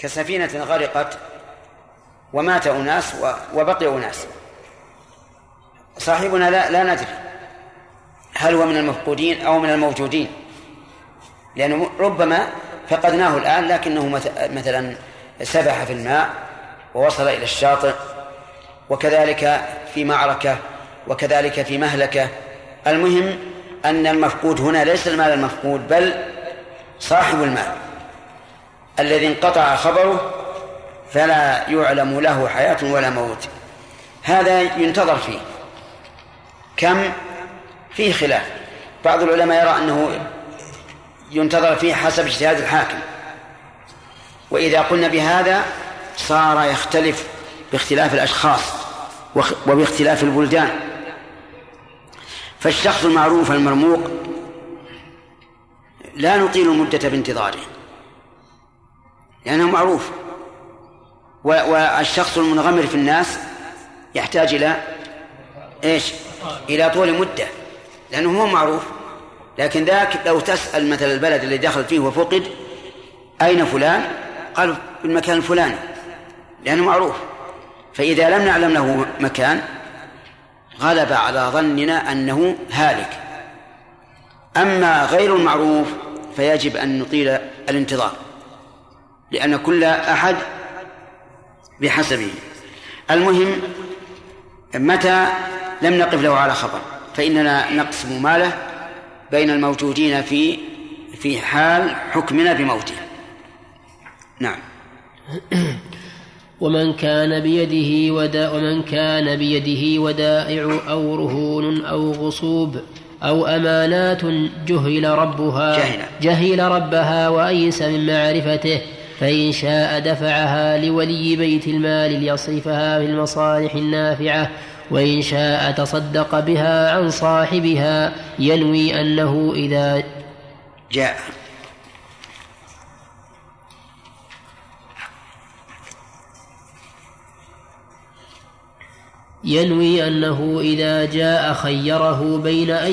كسفينة غرقت ومات أناس وبقي أناس، صاحبنا لا ندري هل هو من المفقودين أو من الموجودين، لأنه ربما فقدناه الآن لكنه مثلا سبح في الماء ووصل إلى الشاطئ، وكذلك في معركة، وكذلك في مهلكة. المهم أن المفقود هنا ليس المال المفقود، بل صاحب المال الذي انقطع خبره فلا يعلم له حياة ولا موت. هذا ينتظر فيه كم فيه خلاف. بعض العلماء يرى أنه ينتظر فيه حسب اجتهاد الحاكم، وإذا قلنا بهذا صار يختلف باختلاف الأشخاص وباختلاف البلدان. فالشخص المعروف المرموق لا نطيل المدة بانتظاره لأنه معروف، والشخص المنغمر في الناس يحتاج إلى إلى طول مدة لأنه هو معروف. لكن ذاك لو تسأل مثل البلد اللي دخل فيه وفقد أين فلان، قالوا في المكان الفلاني لأنه معروف. فإذا لم نعلم له مكان غلب على ظننا أنه هالك. أما غير المعروف فيجب أن نطيل الانتظار، لأن كل أحد بحسبه. المهم متى لم نقف له على خبر فإننا نقسم ماله بين الموجودين في حال حكمنا بموته. نعم. ومن كان بيده ودائع أو رهون أو غصوب أو أمانات جهل ربها وأيس من معرفته، فإن شاء دفعها لولي بيت المال ليصرفها في المصالح النافعة، وإن شاء تصدق بها عن صاحبها ينوي أنه إذا جاء خيره بين أن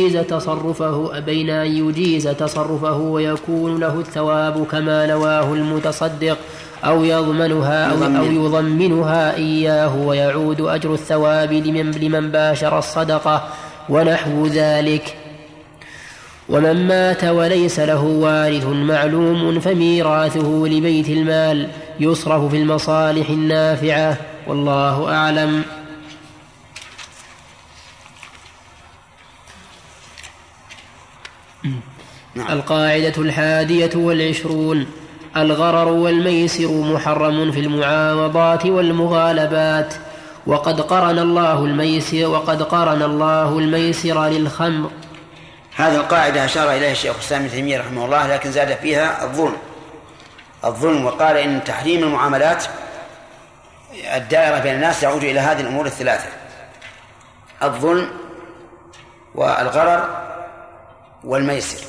يجيز تصرفه ويكون له الثواب كما نواه المتصدق، أو يضمنها إياه ويعود أجر الثواب لمن باشر الصدقة ونحو ذلك. ومن مات وليس له وارث معلوم فميراثه لبيت المال يصرف في المصالح النافعة، والله أعلم. القاعدة 21: الغرر والميسر محرم في المعاوضات والمغالبات. وقد قرن الله الميسر للخمر. هذه القاعدة أشار إليها الشيخ الإسلام ابن تيمية رحمه الله، لكن زاد فيها الظلم، وقال إن تحريم المعاملات الدائرة بين الناس يعود إلى هذه الأمور الثلاثة: الظلم والغرر والميسر.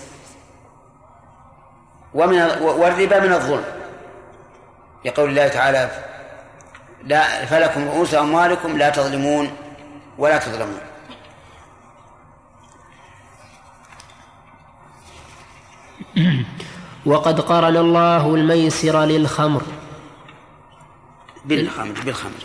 والربا من الظلم، يقول الله تعالى: فلكم رؤوس أموالكم لا تظلمون ولا تظلمون. وقد قرن الله الميسر للخمر بالخمر.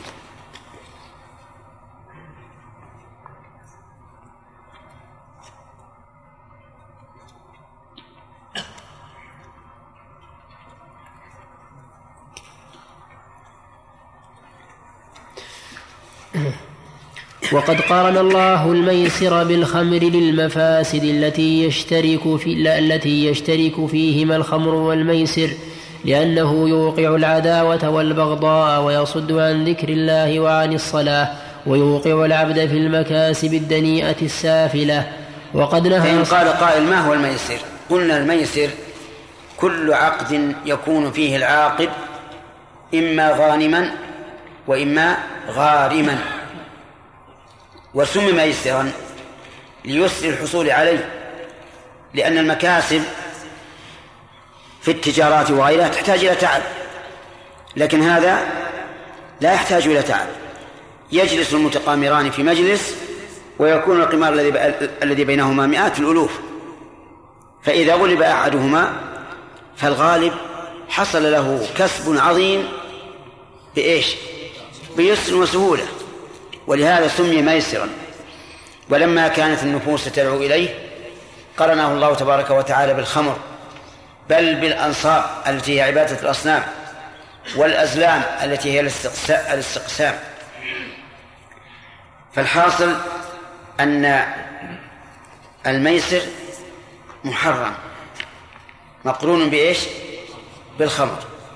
وقد قارن الله الميسر بالخمر للمفاسد التي يشترك فيهما الخمر والميسر، لأنه يوقع العداوة والبغضاء ويصد عن ذكر الله وعن الصلاة، ويوقع العبد في المكاسب الدنيئة السافلة. وقد نهى. فإن قال قائل: ما هو الميسر؟ قلنا: الميسر كل عقد يكون فيه العاقد إما غانما وإما غارما، وسمي ميسرا ليسر الحصول عليه، لأن المكاسب في التجارات وغيرها تحتاج إلى تعب، لكن هذا لا يحتاج إلى تعب. يجلس المتقامران في مجلس ويكون القمار الذي بينهما مئات الألوف، فإذا غلب أحدهما فالغالب حصل له كسب عظيم بإيش؟ بيسر وسهولة، ولهذا سمي ميسرا. ولما كانت النفوس تدعو إليه قرنه الله تبارك وتعالى بالخمر، بل بالأنصاب التي هي عبادة الأصنام، والأزلام التي هي الاستقسام. فالحاصل أن الميسر محرم مقرون بإيش؟ بالخمر.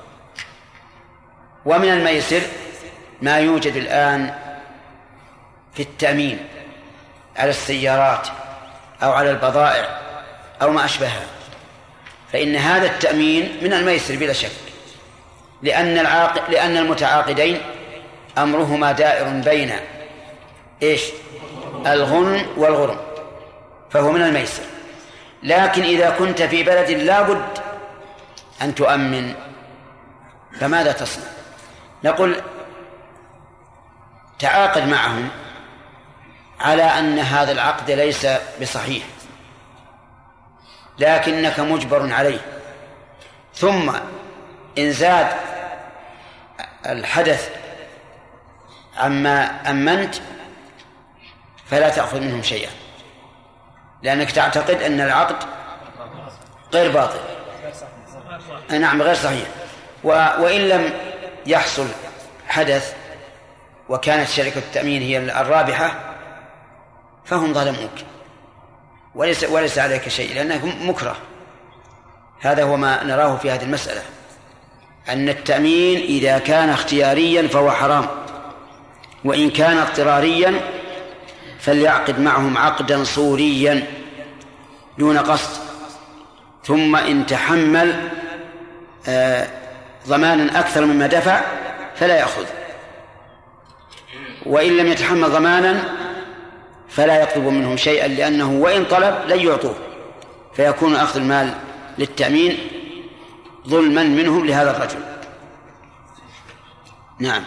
ومن الميسر ما يوجد الآن في التأمين على السيارات أو على البضائع أو ما أشبهها، فإن هذا التأمين من الميسر بلا شك، لأن المتعاقدين أمرهما دائر بين إيش؟ الغنم والغرم، فهو من الميسر. لكن إذا كنت في بلد لا بد أن تؤمن فماذا تصنع؟ نقول تعاقد معهم على أن هذا العقد ليس بصحيح لكنك مجبر عليه، ثم إن زاد الحدث عما أمنت فلا تأخذ منهم شيئا، لأنك تعتقد أن العقد غير باطل. نعم غير صحيح. وإن لم يحصل حدث وكانت شركة التأمين هي الرابحة فهم ظلموك وليس عليك شيء لأنك مكره. هذا هو ما نراه في هذه المسألة، أن التأمين إذا كان اختياريا فهو حرام، وإن كان اضطراريا فليعقد معهم عقدا صوريا دون قصد، ثم إن تحمل ضمانا أكثر مما دفع فلا يأخذ، وإن لم يتحمل ضمانا فلا يطلب منهم شيئا، لأنه وإن طلب لن يعطوه، فيكون أخذ المال للتأمين ظلما منهم لهذا الرجل. نعم.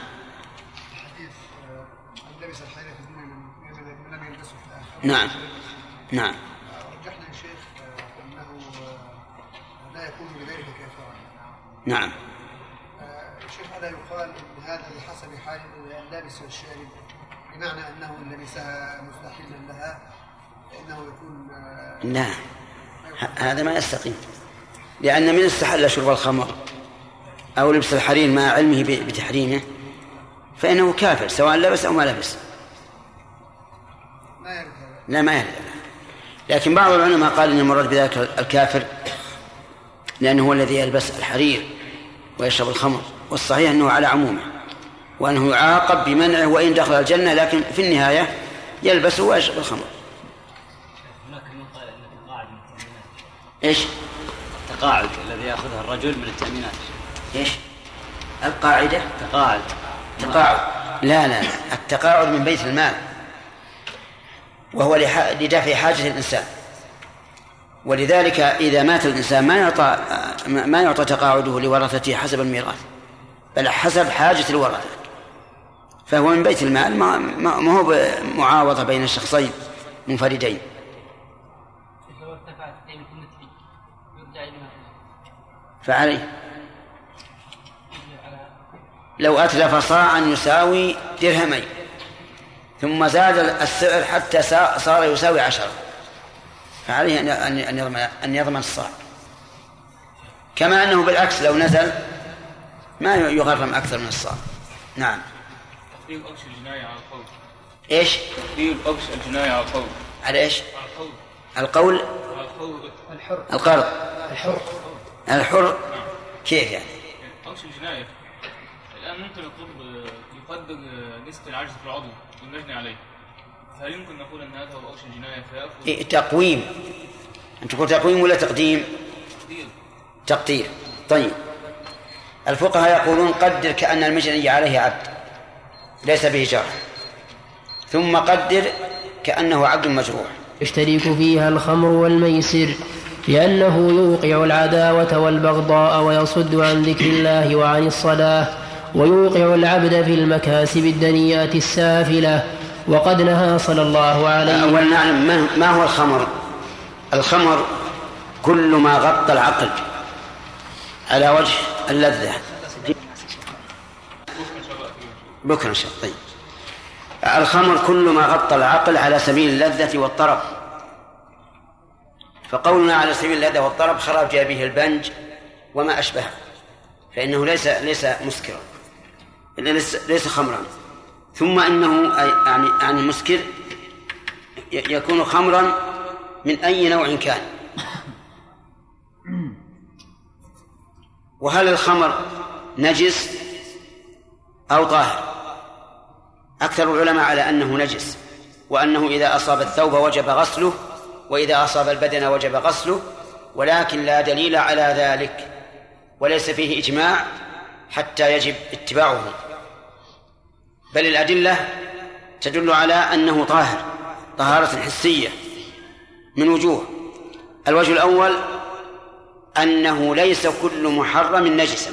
نعم نعم. رجحنا يا شيخ أنه لا يكون بذلك كافرا. نعم. شيخ هذا يقال إن هذا بحسب حال اللابس والشارب، بمعنى أنه إن لبسها مستحيلا لها فإنه يكون لا، هذا ما يستقيم، لأن من استحل شرب الخمر أو لبس الحرير مع علمه بتحريمه فإنه كافر سواء لبس أو ما لبس. لا ما يهلك. لكن بعض العلماء قال إن المراد بذلك الكافر لأنه هو الذي يلبس الحرير ويشرب الخمر، والصحيح أنه على عمومه وأنه يعاقب بمنعه وإن دخل الجنة، لكن في النهاية يلبسه ويشرب الخمر. إيش؟ التقاعد الذي يأخذه الرجل من التأمينات. إيش؟ القاعدة؟ تقاعد. لا التقاعد من بيت المال، وهو لدفع حاجة الإنسان، ولذلك إذا مات الإنسان ما يعطى تقاعده لورثته حسب الميراث بل حسب حاجة الورثة، فهو من بيت المال ما هو معاوضة بين الشخصين منفردين. فعليه لو أتلف صاعا يساوي درهمين ثم زاد السعر حتى صار يساوي 10، فعليه أن يضمن الصاع، كما أنه بالعكس لو نزل ما يغرم أكثر من الصاع. نعم. تقديم أوش الجناية على القول. إيش؟ تقديم أوش الجناية على القول. على إيش؟ القول. القرض. الحر. كيف يعني؟ أوش الجناية الآن ممكن يقدر نسبة العجز في العضو والمجني عليه، هل يمكن نقول أن هذا هو أوش الجناية فيأخذ؟ تقويم. أنت تقول تقويم ولا تقديم؟ تقدير. طيب الفقهاء يقولون قدر كأن المجني عليه عبد ليس به جرح، ثم قدر كأنه عبد مجروح. يشترك فيها الخمر والميسر لأنه يوقع العداوة والبغضاء ويصد عن ذكر الله وعن الصلاة، ويوقع العبد في المكاسب الدنيئة السافلة، وقد نهى صلى الله عليه وسلم. أولا نعلم ما هو الخمر. الخمر كل ما غطى العقل على وجه اللذة بكرة إن شاء الله. طيب، الخمر كل ما غطى العقل على سبيل اللذة والطرب، فقولنا على سبيل اللذة والطرب خرج به البنج وما أشبهه، فإنه ليس مسكرا، ليس خمرا. ثم إنه يعني مسكر يكون خمرا من أي نوع كان. وهل الخمر نجس أو طاهر؟ أكثر العلماء على أنه نجس، وأنه إذا أصاب الثوب وجب غسله، وإذا أصاب البدن وجب غسله، ولكن لا دليل على ذلك، وليس فيه إجماع حتى يجب اتباعه، بل الأدلة تدل على أنه طاهر طهارة حسية من وجوه. الوجه الأول أنه ليس كل محرم نجسا،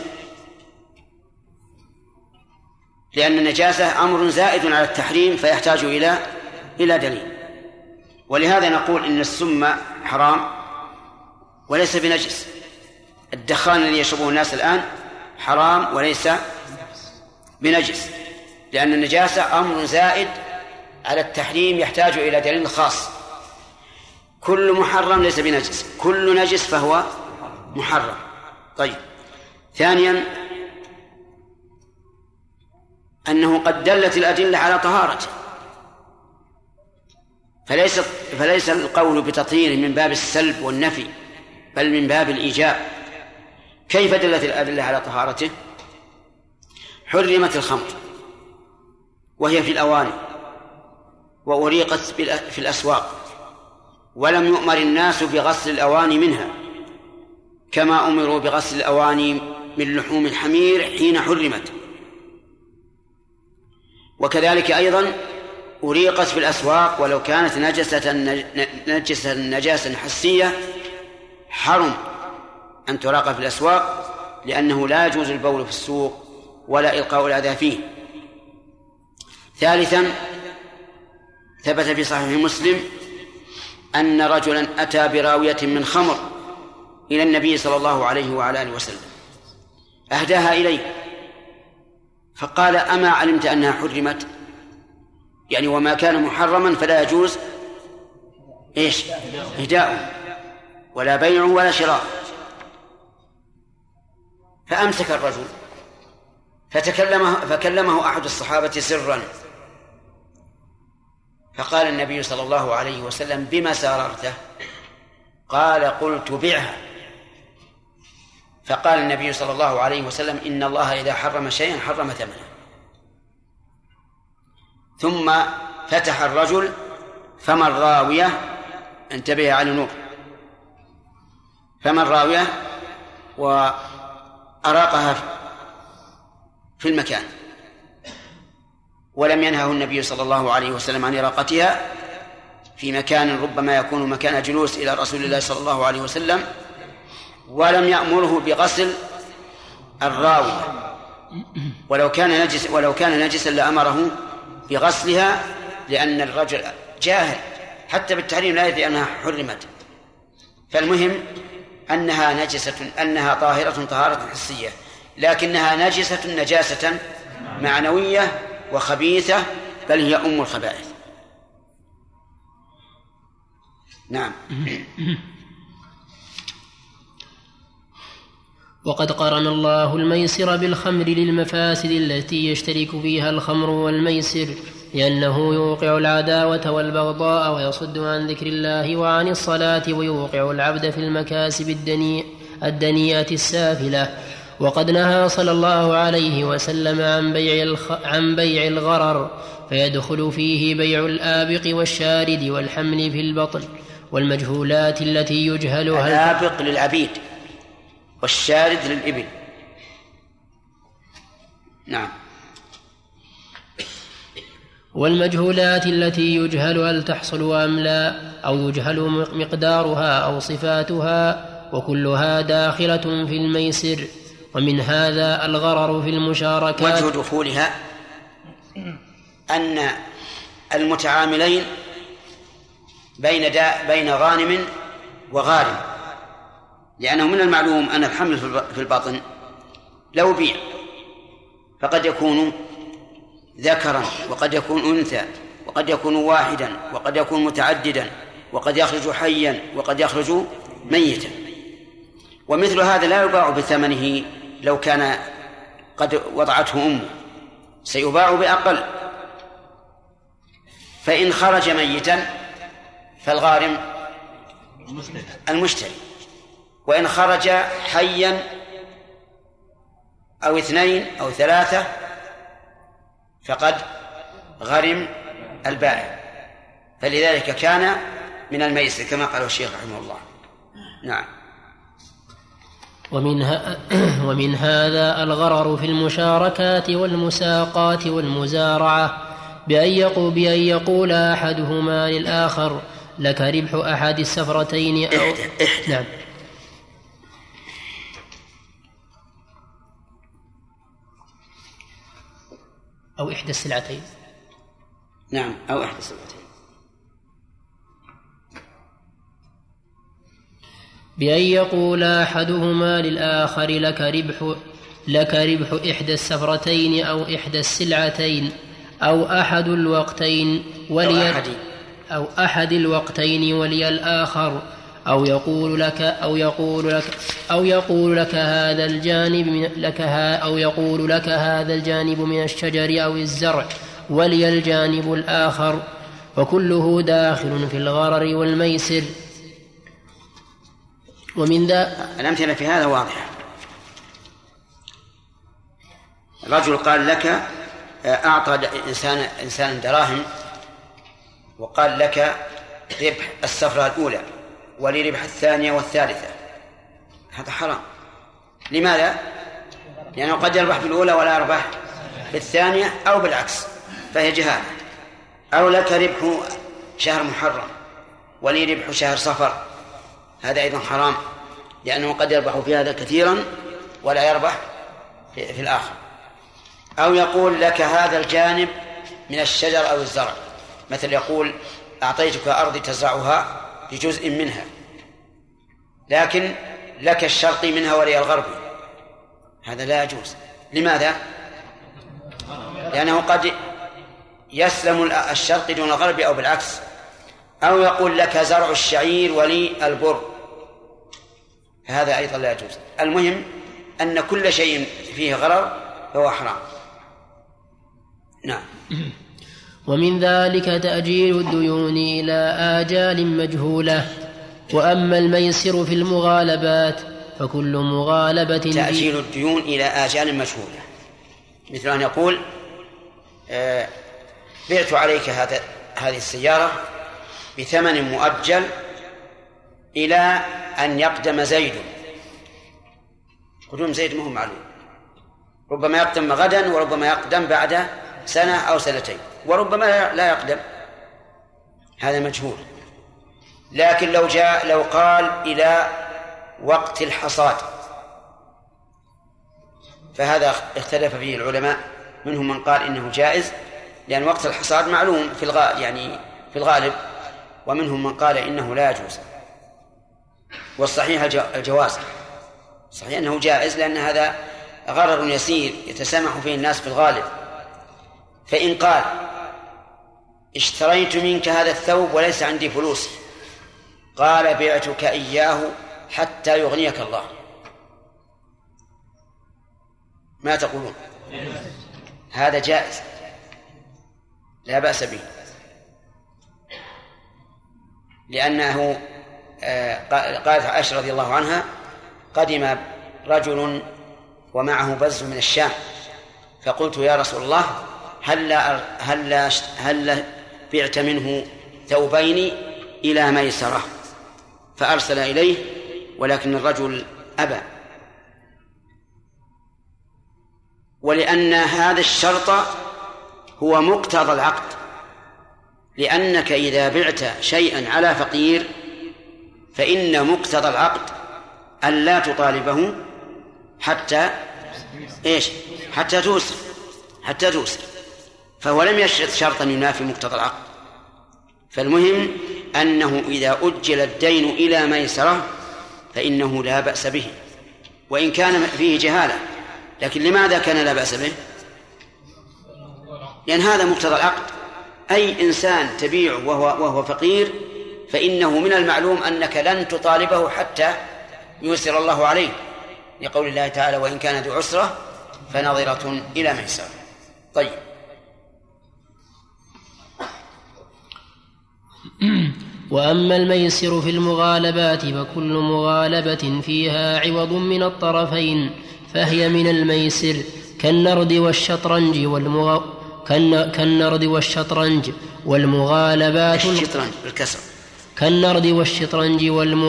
لأن النجاسة أمر زائد على التحريم فيحتاج إلى دليل. ولهذا نقول إن السم حرام وليس بنجس. الدخان الذي يشربه الناس الآن حرام وليس بنجس، لأن النجاسة أمر زائد على التحريم يحتاج إلى دليل خاص. كل محرم ليس بنجس، كل نجس فهو محرم. طيب، ثانيا أنه قد دلت الأدلة على طهارته، فليس القول بتطهيره من باب السلب والنفي، بل من باب الإيجاب. كيف دلت الأدلة على طهارته؟ حرمت الخمر وهي في الأواني، وأريقت في الأسواق، ولم يؤمر الناس بغسل الأواني منها كما أمروا بغسل الأواني من لحوم الحمير حين حرمت. وكذلك أيضا أريقت في الأسواق، ولو كانت نجاسة حسية حرم أن تراق في الأسواق، لأنه لا يجوز البول في السوق ولا إلقاء الأذى فيه. ثالثا، ثبت في صحيح مسلم أن رجلا أتى براوية من خمر إلى النبي صلى الله عليه وعلى آله وسلم، أهداها إليه، فقال: أما علمت أنها حرمت؟ يعني وما كان محرما فلا يجوز إهداء ولا بيع ولا شراء. فأمسك الرجل فكلمه أحد الصحابة سرا، فقال النبي صلى الله عليه وسلم: بما ساررته؟ قال: قلت بعها. فقال النبي صلى الله عليه وسلم: إن الله إذا حرم شيئا حرم ثمنه. ثم فتح الرجل فما الراوية، انتبه على نور، فما الراوية وأراقها في المكان، ولم ينهه النبي صلى الله عليه وسلم عن إراقتها في مكان ربما يكون مكان جلوس إلى رسول الله صلى الله عليه وسلم، ولم يأمره بغسل الراوية، ولو كان نجسا لأمره بغسلها، لأن الرجل جاهل حتى بالتحريم لا يدري أنها حرمت. فالمهم أنها نجسة، أنها طاهرة طهارة حسية، لكنها نجسة نجاسة معنوية وخبيثة، بل هي أم الخبائث. نعم. وقد قرن الله الميسر بالخمر للمفاسد التي يشترك فيها الخمر والميسر، لأنه يوقع العداوة والبغضاء ويصد عن ذكر الله وعن الصلاة، ويوقع العبد في المكاسب الدنيئة السافلة. وقد نهى صلى الله عليه وسلم عن بيع الغرر، فيدخل فيه بيع الآبق والشارد والحمل في البطن والمجهولات التي يجهلها. الآبق للعبيد والشارد للإبل. نعم. والمجهولات التي يجهل هل تحصل أم لا، أو يجهل مقدارها أو صفاتها، وكلها داخلة في الميسر. ومن هذا الغرر في المشاركات. وجه دخولها أن المتعاملين بين غانم وغارم، لأنه من المعلوم أن الحمل في البطن لو بيع فقد يكون ذكرا وقد يكون أنثى وقد يكون واحدا وقد يكون متعددا وقد يخرج حيا وقد يخرج ميتا، ومثل هذا لا يباع بثمنه لو كان قد وضعته أمه، سيباع بأقل. فإن خرج ميتا فالغارم المشتري، وإن خرج حيا أو 2 أو 3 فقد غرم البائع، فلذلك كان من الميسر كما قال الشيخ رحمه الله. نعم. ومن هذا الغرر في المشاركات والمساقات والمزارعة بأن يقول أحدهما للآخر لك ربح أحد السفرتين أو نعم أو إحدى السلعتين. نعم، أو إحدى السلعتين. بأن يقول أحدهما للآخر لك ربح إحدى السفرتين أو إحدى السلعتين أو أحد الوقتين ولي الآخر، أو يقول لك هذا الجانب من الشجر أو الزرع ولي الجانب الآخر، وكله داخل في الغرر والميسر. ومن ذا الأمثلة في هذا واضحة. الرجل قال لك أعطى إنسان دراهم وقال لك ربح السفرة الأولى ولي ربح 2 والثالثة، هذا حرام. لماذا؟ لأنه قد يربح بالأولى ولا يربح بالثانية أو بالعكس، فهي جهالة. أو لك ربح شهر محرم ولي ربح شهر صفر، هذا أيضا حرام، لأنه قد يربح في هذا كثيرا ولا يربح في الآخر. أو يقول لك هذا الجانب من الشجر أو الزرع، مثل يقول أعطيتك أرضي تزرعها بجزء منها لكن لك الشرقي منها ولي الغربي، هذا لا يجوز. لماذا؟ لأنه قد يسلم الشرقي دون الغربي أو بالعكس. أو يقول لك زرع الشعير ولي البر، هذا أيضا لا يجوز. المهم أن كل شيء فيه غرر فهو حرام. نعم. ومن ذلك تأجيل الديون إلى آجال مجهولة. وأما الميسر في المغالبات فكل مغالبة تأجيل الديون إلى آجال مجهولة، مثل أن يقول بعت عليك هذه السيارة بثمن مؤجل إلى أن يقدم زيد. قدوم زيد ما هو معلوم، ربما يقدم غدا وربما يقدم بعد 1 أو 2 وربما لا يقدم، هذا مجهول. لكن لو قال إلى وقت الحصاد فهذا اختلف فيه العلماء، منهم من قال إنه جائز لأن وقت الحصاد معلوم في الغالب، ومنهم من قال إنه لا يجوز. والصحيح الجواز، صحيح أنه جائز لأن هذا غرر يسير يتسامح فيه الناس في الغالب. فإن قال اشتريت منك هذا الثوب وليس عندي فلوس، قال بعتك إياه حتى يغنيك الله، ما تقولون؟ هذا جائز لا بأس به، لأنه قالت عائشة رضي الله عنها قدم رجل ومعه بز من الشام فقلت يا رسول الله هل بعت منه ثوبين إلى ميسرة؟ فأرسل إليه ولكن الرجل أبى، ولأن هذا الشرط هو مقتضى العقد، لأنك إذا بعت شيئا على فقير فإن مقتضى العقد أن لا تطالبه حتى توسر، فهو لم يشرط شرطا ينافي مقتضى العقد. فالمهم أنه إذا أجل الدين إلى ميسرة فإنه لا بأس به، وإن كان فيه جهالة، لكن لماذا كان لا بأس به؟ لأن هذا مقتضى العقد. أي إنسان تبيعه وهو فقير فإنه من المعلوم أنك لن تطالبه حتى ييسر الله عليه، لقول الله تعالى: وإن كان ذو عسرة فنظرة إلى ميسرة. طيب. وأما الميسر في المغالبات فكل مغالبة فيها عوض من الطرفين فهي من الميسر كالنرد والشطرنج والمغالبات الشطرنج بالكسر كالنرد والشطرنج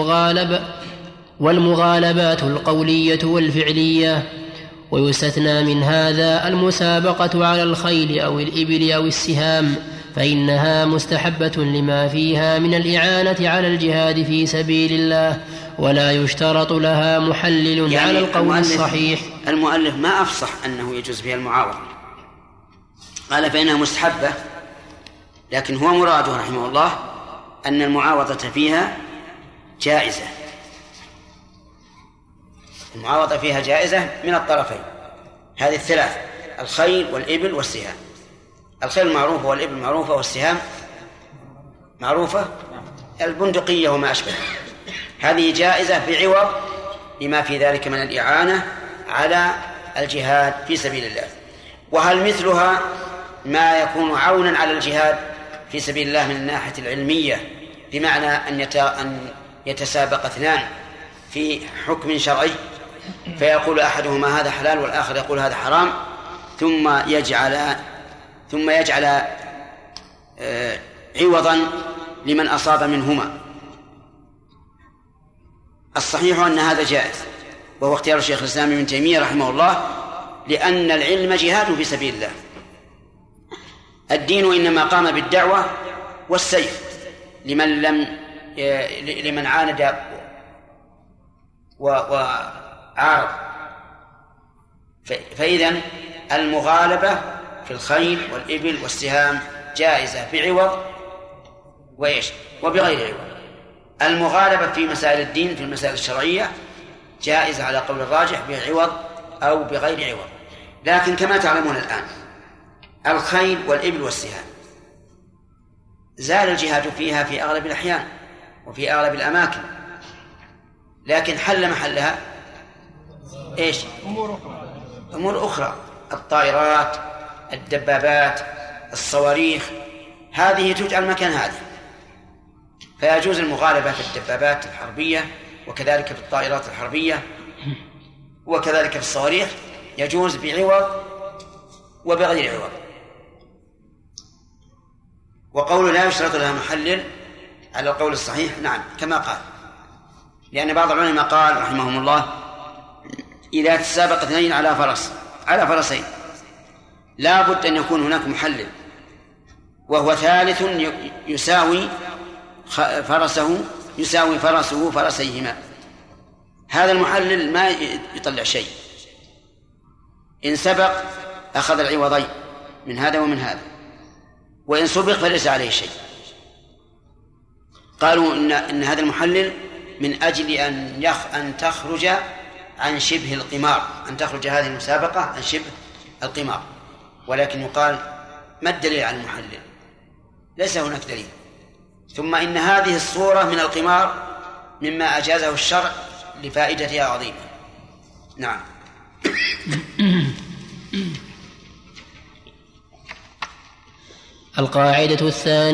والمغالبات القولية والفعلية. ويستثنى من هذا المسابقة على الخيل أو الإبل أو السهام، فإنها مستحبة لما فيها من الإعانة على الجهاد في سبيل الله، ولا يشترط لها محلل يعني على القول الصحيح. المؤلف ما أفصح أنه يجوز فيها المعاوضة، قال فإنها مستحبة، لكن هو مراده رحمه الله أن المعاوضة فيها جائزة. المعاوضة فيها جائزة من الطرفين، هذه الثلاث: الخيل والإبل والسهام. الخيل معروفة والإبل معروفة والسهام معروفة، البندقية وما أشبه. هذه جائزة بعوض لما في ذلك من الإعانة على الجهاد في سبيل الله. وهل مثلها ما يكون عونا على الجهاد في سبيل الله من الناحية العلمية، بمعنى أن يتسابق اثنان في حكم شرعي فيقول أحدهما هذا حلال والآخر يقول هذا حرام، ثم يجعل عوضا لمن أصاب منهما. الصحيح أن هذا جائز، وهو اختيار الشيخ الإسلام ابن تيمية رحمه الله، لأن العلم جهاد في سبيل الله. الدين إنما قام بالدعوة والسيف لمن عاند وعارض. فإذن المغالبة في الخيل والإبل والسهام جائزة بعوض وبغير عوض. المغالبة في مسائل الدين في المسائل الشرعية جائزة على قول الراجح بعوض أو بغير عوض. لكن كما تعلمون الآن الخيل والإبل والسهام زال الجهاد فيها في أغلب الأحيان وفي أغلب الأماكن، لكن حل محلها أمور أخرى: الطائرات، الدبابات، الصواريخ، هذه تجعل مكان هذه. فيجوز المغالبة في الدبابات الحربية، وكذلك في الطائرات الحربية، وكذلك في الصواريخ، يجوز بعوض وبغير عوض. وقول لا يشترط لها محلل على القول الصحيح نعم كما قال، لأن بعض العلماء قال رحمهم الله: إذا تسابق اثنين على فرسين لا بد أن يكون هناك محلل، وهو ثالث يساوي فرسه فرسيهما. هذا المحلل ما يطلع شيء، إن سبق أخذ العوضين من هذا ومن هذا، وإن سبق فليس عليه شيء. قالوا إن هذا المحلل من أجل أن تخرج عن شبه القمار، أن تخرج هذه المسابقة عن شبه القمار. ولكن يقال: ما الدليل على المحلل؟ ليس هناك دليل. ثم إن هذه الصورة من القمار مما أجازه الشرع لفائدتها عظيمة. نعم. القاعدة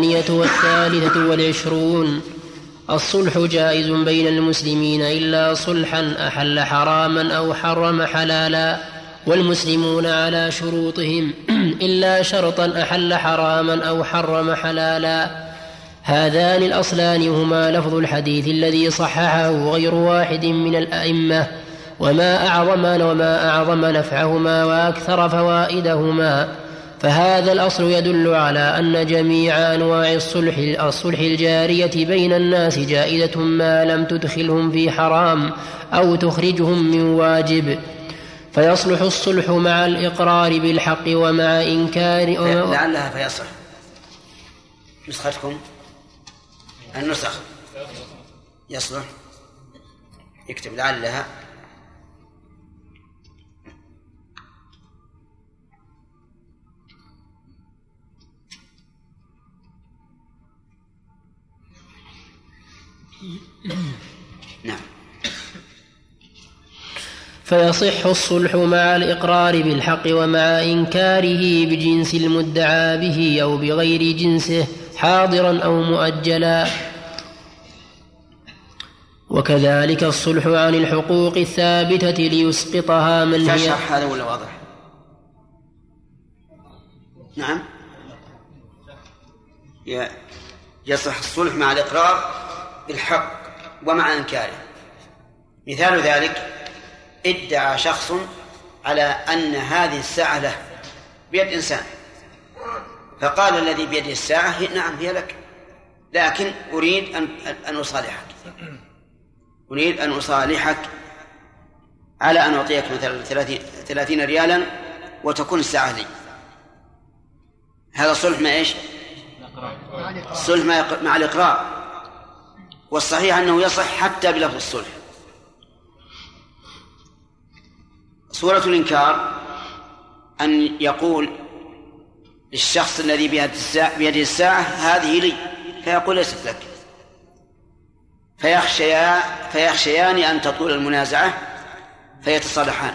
32 الصلح جائز بين المسلمين إلا صلحا أحل حراما أو حرم حلالا، والمسلمون على شروطهم إلا شرطا أحل حراما أو حرم حلالا. هذان الأصلان هما لفظ الحديث الذي صححه غير واحد من الأئمة، وما أعظم نفعهما وأكثر فوائدهما. فهذا الأصل يدل على أن جميع أنواع الصلح الجارية بين الناس جائزة ما لم تدخلهم في حرام أو تخرجهم من واجب، فيصلح الصلح مع الإقرار بالحق ومع إنكار لعلها فيصلح. نسختكم النسخ يصلح، يكتب لعلها نعم. فيصح الصلح مع الإقرار بالحق ومع إنكاره بجنس المدعى به أو بغير جنسه حاضرا أو مؤجلا. وكذلك الصلح عن الحقوق الثابتة ليسقطها من هي. هذا ولا واضح؟ نعم. يصح الصلح مع الإقرار بالحق ومع إنكاره. مثال ذلك: ادعى شخص على أن هذه الساعة له بيد إنسان، فقال الذي بيده الساعة: نعم هي لك، لكن أريد أن أصالحك على أن أعطيك مثلا 30 ريالا وتكون الساعة لي. هذا صلح مع إيش؟ الصلح مع الإقرار، والصحيح أنه يصح حتى بلفظ الصلح. صورة الإنكار أن يقول للشخص الذي بيده الساعة: هذه لي، فيقول: ليست لك، فيخشيان أن تطول المنازعة فيتصالحان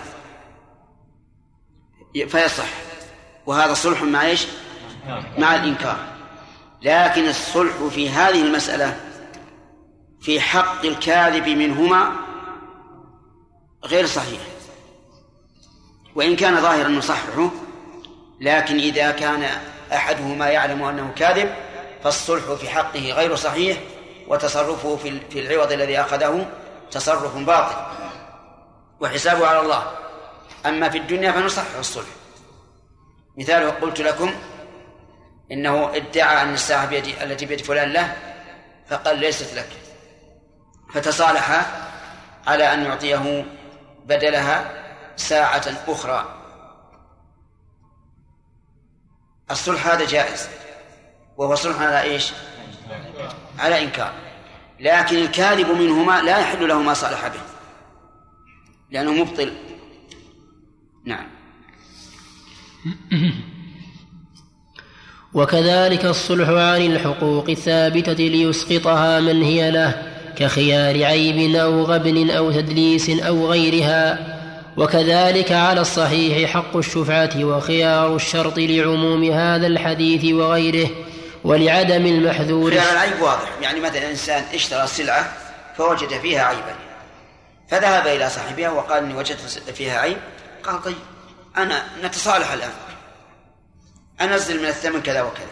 فيصح، وهذا صلح مع إيش؟ مع الإنكار. لكن الصلح في هذه المسألة في حق الكاذب منهما غير صحيح، وإن كان ظاهرا نصححه، لكن إذا كان أحدهما يعلم أنه كاذب فالصلح في حقه غير صحيح، وتصرفه في العوض الذي أخذه تصرف باطل وحسابه على الله. أما في الدنيا فنصحح الصلح. مثاله: قلت لكم إنه ادعى أن الساعة التي بيد فلان له، فقال: ليست لك، فتصالح على أن يعطيه بدلها ساعة أخرى. الصلح هذا جائز، وهو صلح على إيش؟ على إنكار. لكن الكاذب منهما لا يحل له ما صالح به لأنه مبطل. نعم. وكذلك الصلح عن الحقوق الثابتة ليسقطها من هي له كخيار عيب أو غبن أو تدليس أو غيرها. وكذلك على الصحيح حق الشفعة وخيار الشرط لعموم هذا الحديث وغيره ولعدم المحذور. خيار العيب واضح، يعني مثلا إنسان اشترى سلعة فوجد فيها عيبا، فذهب إلى صاحبها وقال: إني وجدت فيها عيب. قال: طيب، أنا نتصالح الآن، أنزل من الثمن كذا وكذا،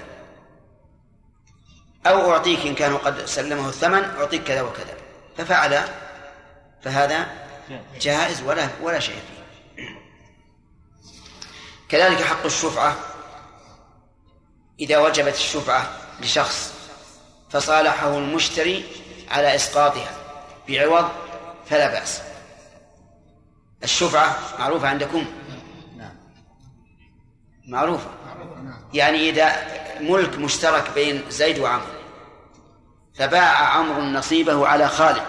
أو أعطيك إن كانوا قد سلمه الثمن أعطيك كذا وكذا، ففعل، فهذا جائز ولا شيء فيه. كذلك حق الشفعة، إذا وجبت الشفعة لشخص فصالحه المشتري على إسقاطها بعوض فلا بأس. الشفعة معروفة عندكم؟ معروفة، يعني إذا ملك مشترك بين زيد وعمرو فباع عمرو نصيبه على خالد،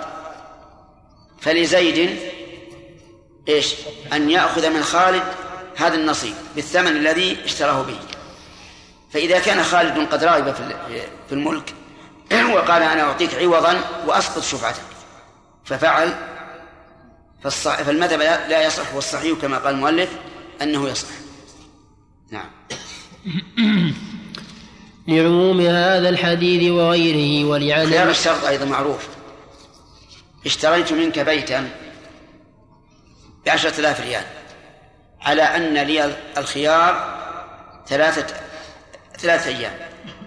فلزيد إيش؟ أن يأخذ من خالد هذا النصيب بالثمن الذي اشتراه به. فإذا كان خالد قد رغب في الملك وقال: أنا أعطيك عوضا وأسقط شفعتك، ففعل، فالمذهب لا يصح، والصحيح كما قال المؤلف أنه يصح. نعم. لعموم هذا الحديث وغيره ولعدم. خيار الشرط أيضا معروف: اشتريت منك بيتا ب10,000 ريال على أن لي الخيار 3 أيام،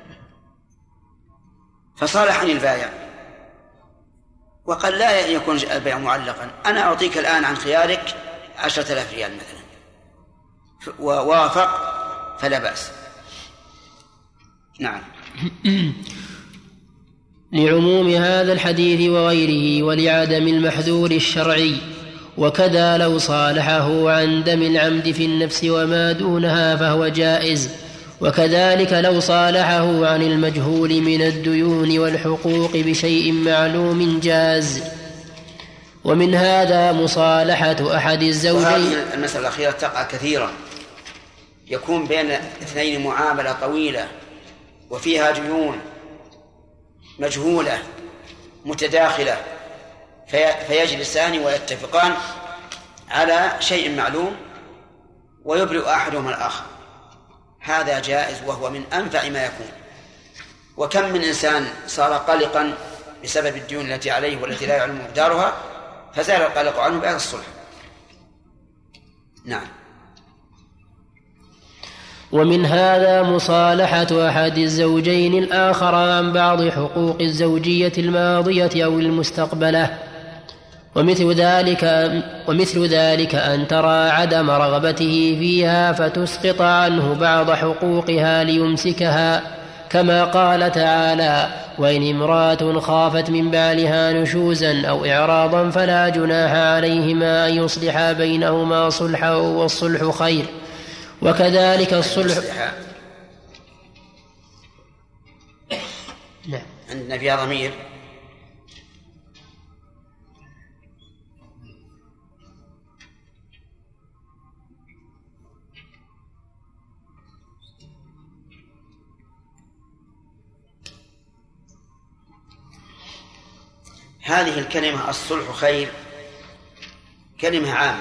فصالحني البائع وقال: لا يكون البيع معلقا، أنا أعطيك الآن عن خيارك 10,000 ريال مثلا، ووافق فلا بأس. نعم. لعموم هذا الحديث وغيره ولعدم المحذور الشرعي. وكذا لو صالحه عن دم العمد في النفس وما دونها فهو جائز. وكذلك لو صالحه عن المجهول من الديون والحقوق بشيء معلوم جاز. ومن هذا مصالحة أحد الزوجين. وهذه المسألة الأخيرة تقع كثيرا، يكون بين اثنين معاملة طويلة وفيها ديون مجهولة متداخلة فيجلسان ويتفقان على شيء معلوم ويبرئ أحدهما الآخر، هذا جائز وهو من أنفع ما يكون. وكم من إنسان صار قلقا بسبب الديون التي عليه والتي لا يعلم مقدارها فزال القلق عنه بعد الصلح. نعم. ومن هذا مصالحة أحد الزوجين الآخر عن بعض حقوق الزوجية الماضية أو المستقبلة، ومثل ذلك أن ترى عدم رغبته فيها فتسقط عنه بعض حقوقها ليمسكها، كما قال تعالى: وإن امرأة خافت من بعلها نشوزا أو إعراضا فلا جناح عليهما أن يصلحا بينهما صلحا والصلح خير. وكذلك الصلح. نعم. عندنا فيها ضمير. هذه الكلمة الصلح خير كلمة عامة،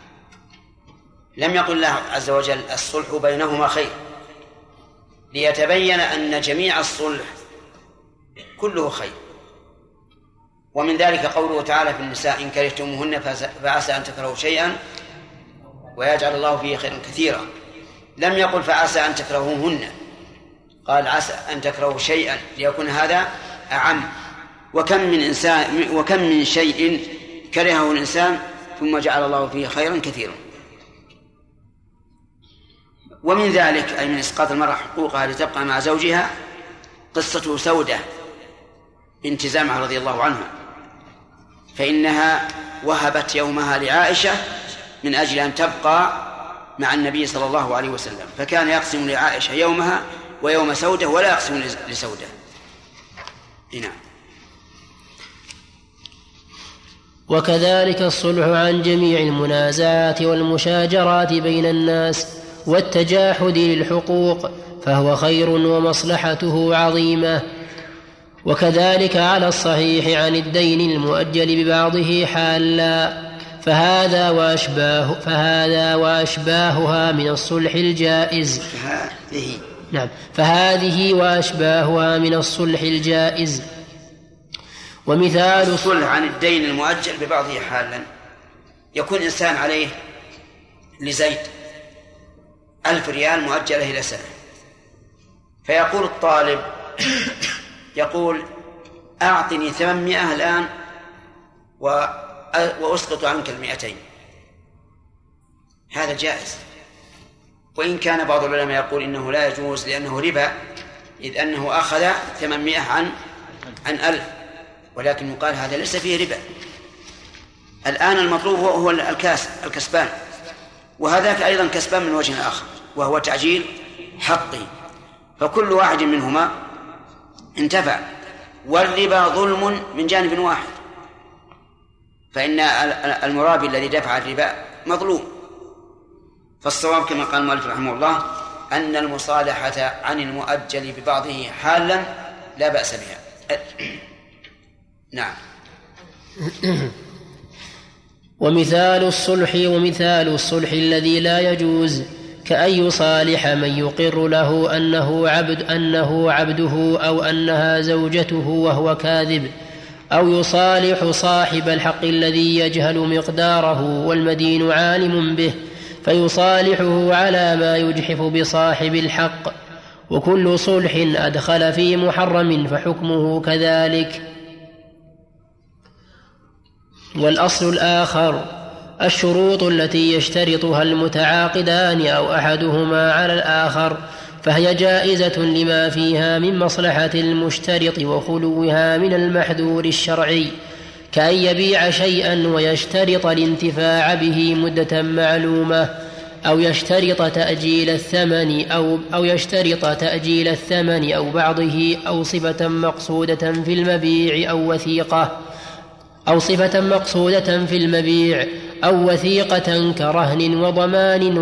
لم يقل الله عز وجل الصلح بينهما خير، ليتبين أن جميع الصلح كله خير. ومن ذلك قوله تعالى في النساء: إن كرهتموهن فعسى أن تكرهوا شيئا ويجعل الله فيه خيرا كثيرا. لم يقل فعسى أن تكرهوهن، قال عسى أن تكرهوا شيئا ليكون هذا أعم. وكم من شيء كرهه الإنسان ثم جعل الله فيه خيرا كثيرا. ومن ذلك أي من إسقاط المرأة حقوقها لتبقى مع زوجها قصة سودة بنت زمعة رضي الله عنها، فإنها وهبت يومها لعائشة من أجل أن تبقى مع النبي صلى الله عليه وسلم، فكان يقسم لعائشة يومها ويوم سودة ولا يقسم لسودة. نعم. وكذلك الصلح عن جميع المنازعات والمشاجرات بين الناس والتجاحد للحقوق فهو خير ومصلحته عظيمة. وكذلك على الصحيح عن الدين المؤجل ببعضه حالا، فهذا وأشباهها من الصلح الجائز. فهذه وأشباهها من الصلح الجائز. ومثال الصلح عن الدين المؤجل ببعضه حالا، يكون إنسان عليه لزيد 1000 ريال مؤجلة إلى سنة، فيقول الطالب يقول: أعطني 800 الآن وأسقط عنك 200. هذا جائز، وإن كان بعض العلماء يقول إنه لا يجوز لأنه ربا، إذ أنه أخذ 800 عن 1000، ولكن يقال هذا ليس فيه ربا. الآن المطلوب هو الكسبان، وهذاك أيضا كسبان من وجه آخر وهو تعجيل حقه، فكل واحد منهما انتفع. والربا ظلم من جانب واحد، فإن المرابي الذي دفع الربا مظلوم. فالصواب كما قال المؤلف رحمه الله أن المصالحة عن المؤجل ببعضه حالا لا بأس بها. نعم. ومثال الصلح الذي لا يجوز كأن يصالح من يقر له أنه عبده أو أنها زوجته وهو كاذب، أو يصالح صاحب الحق الذي يجهل مقداره والمدين عالم به فيصالحه على ما يجحف بصاحب الحق. وكل صلح أدخل في محرم فحكمه كذلك. والأصل الآخر الشروط التي يشترطها المتعاقدان أو أحدهما على الآخر، فهي جائزة لما فيها من مصلحة المشترط وخلوها من المحذور الشرعي، كأن يبيع شيئا ويشترط الانتفاع به مدة معلومة، أو يشترط تأجيل الثمن أو بعضه، أو صفة مقصودة في المبيع أو وثيقة كرهن وضمان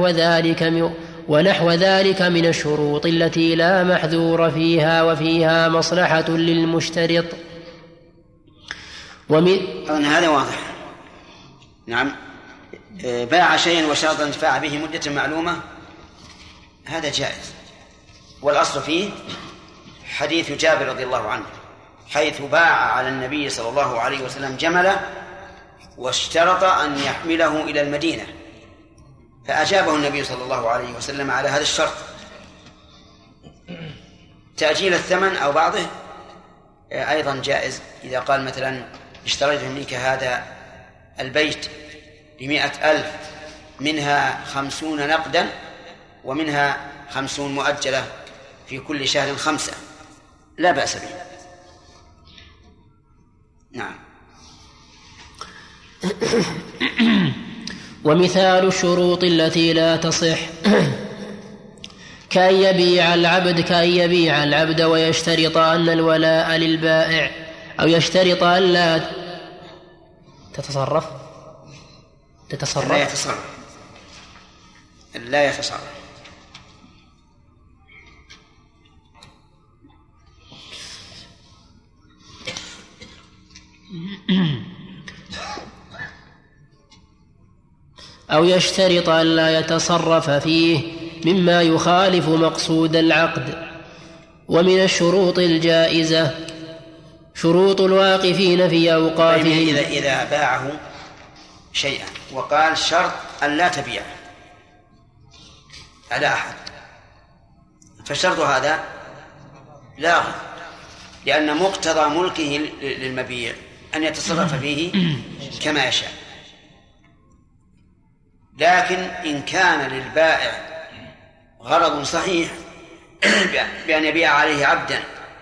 ونحو ذلك من الشروط التي لا محذور فيها وفيها مصلحة للمشترط. أظن هذا واضح. نعم. باع شيئا وشرط انتفاع به مدة معلومة هذا جائز، والأصل فيه حديث جابر رضي الله عنه حيث باع على النبي صلى الله عليه وسلم جمله واشترط أن يحمله إلى المدينة، فأجابه النبي صلى الله عليه وسلم على هذا الشرط. تأجيل الثمن أو بعضه أيضا جائز، إذا قال مثلا اشتريت منك هذا البيت ب100,000 منها 50 نقدا ومنها 50 مؤجلة في كل شهر 5، لا بأس به. نعم. ومثال الشروط التي لا تصح كأن يبيع العبد ويشترط أن الولاء للبائع، أو يشترط أن لا تتصرف لا يتصرف. أو يشترط أن لا يتصرف فيه مما يخالف مقصود العقد. ومن الشروط الجائزة شروط الواقفين في أوقافهم. إذا باعه شيئا وقال شرط أن لا تبيعه على أحد، فالشرط هذا لاغي، لأن مقتضى ملكه للمبيع أن يتصرف فيه كما يشاء. لكن إن كان للبائع غرض صحيح بأن يبيع عليه عبدا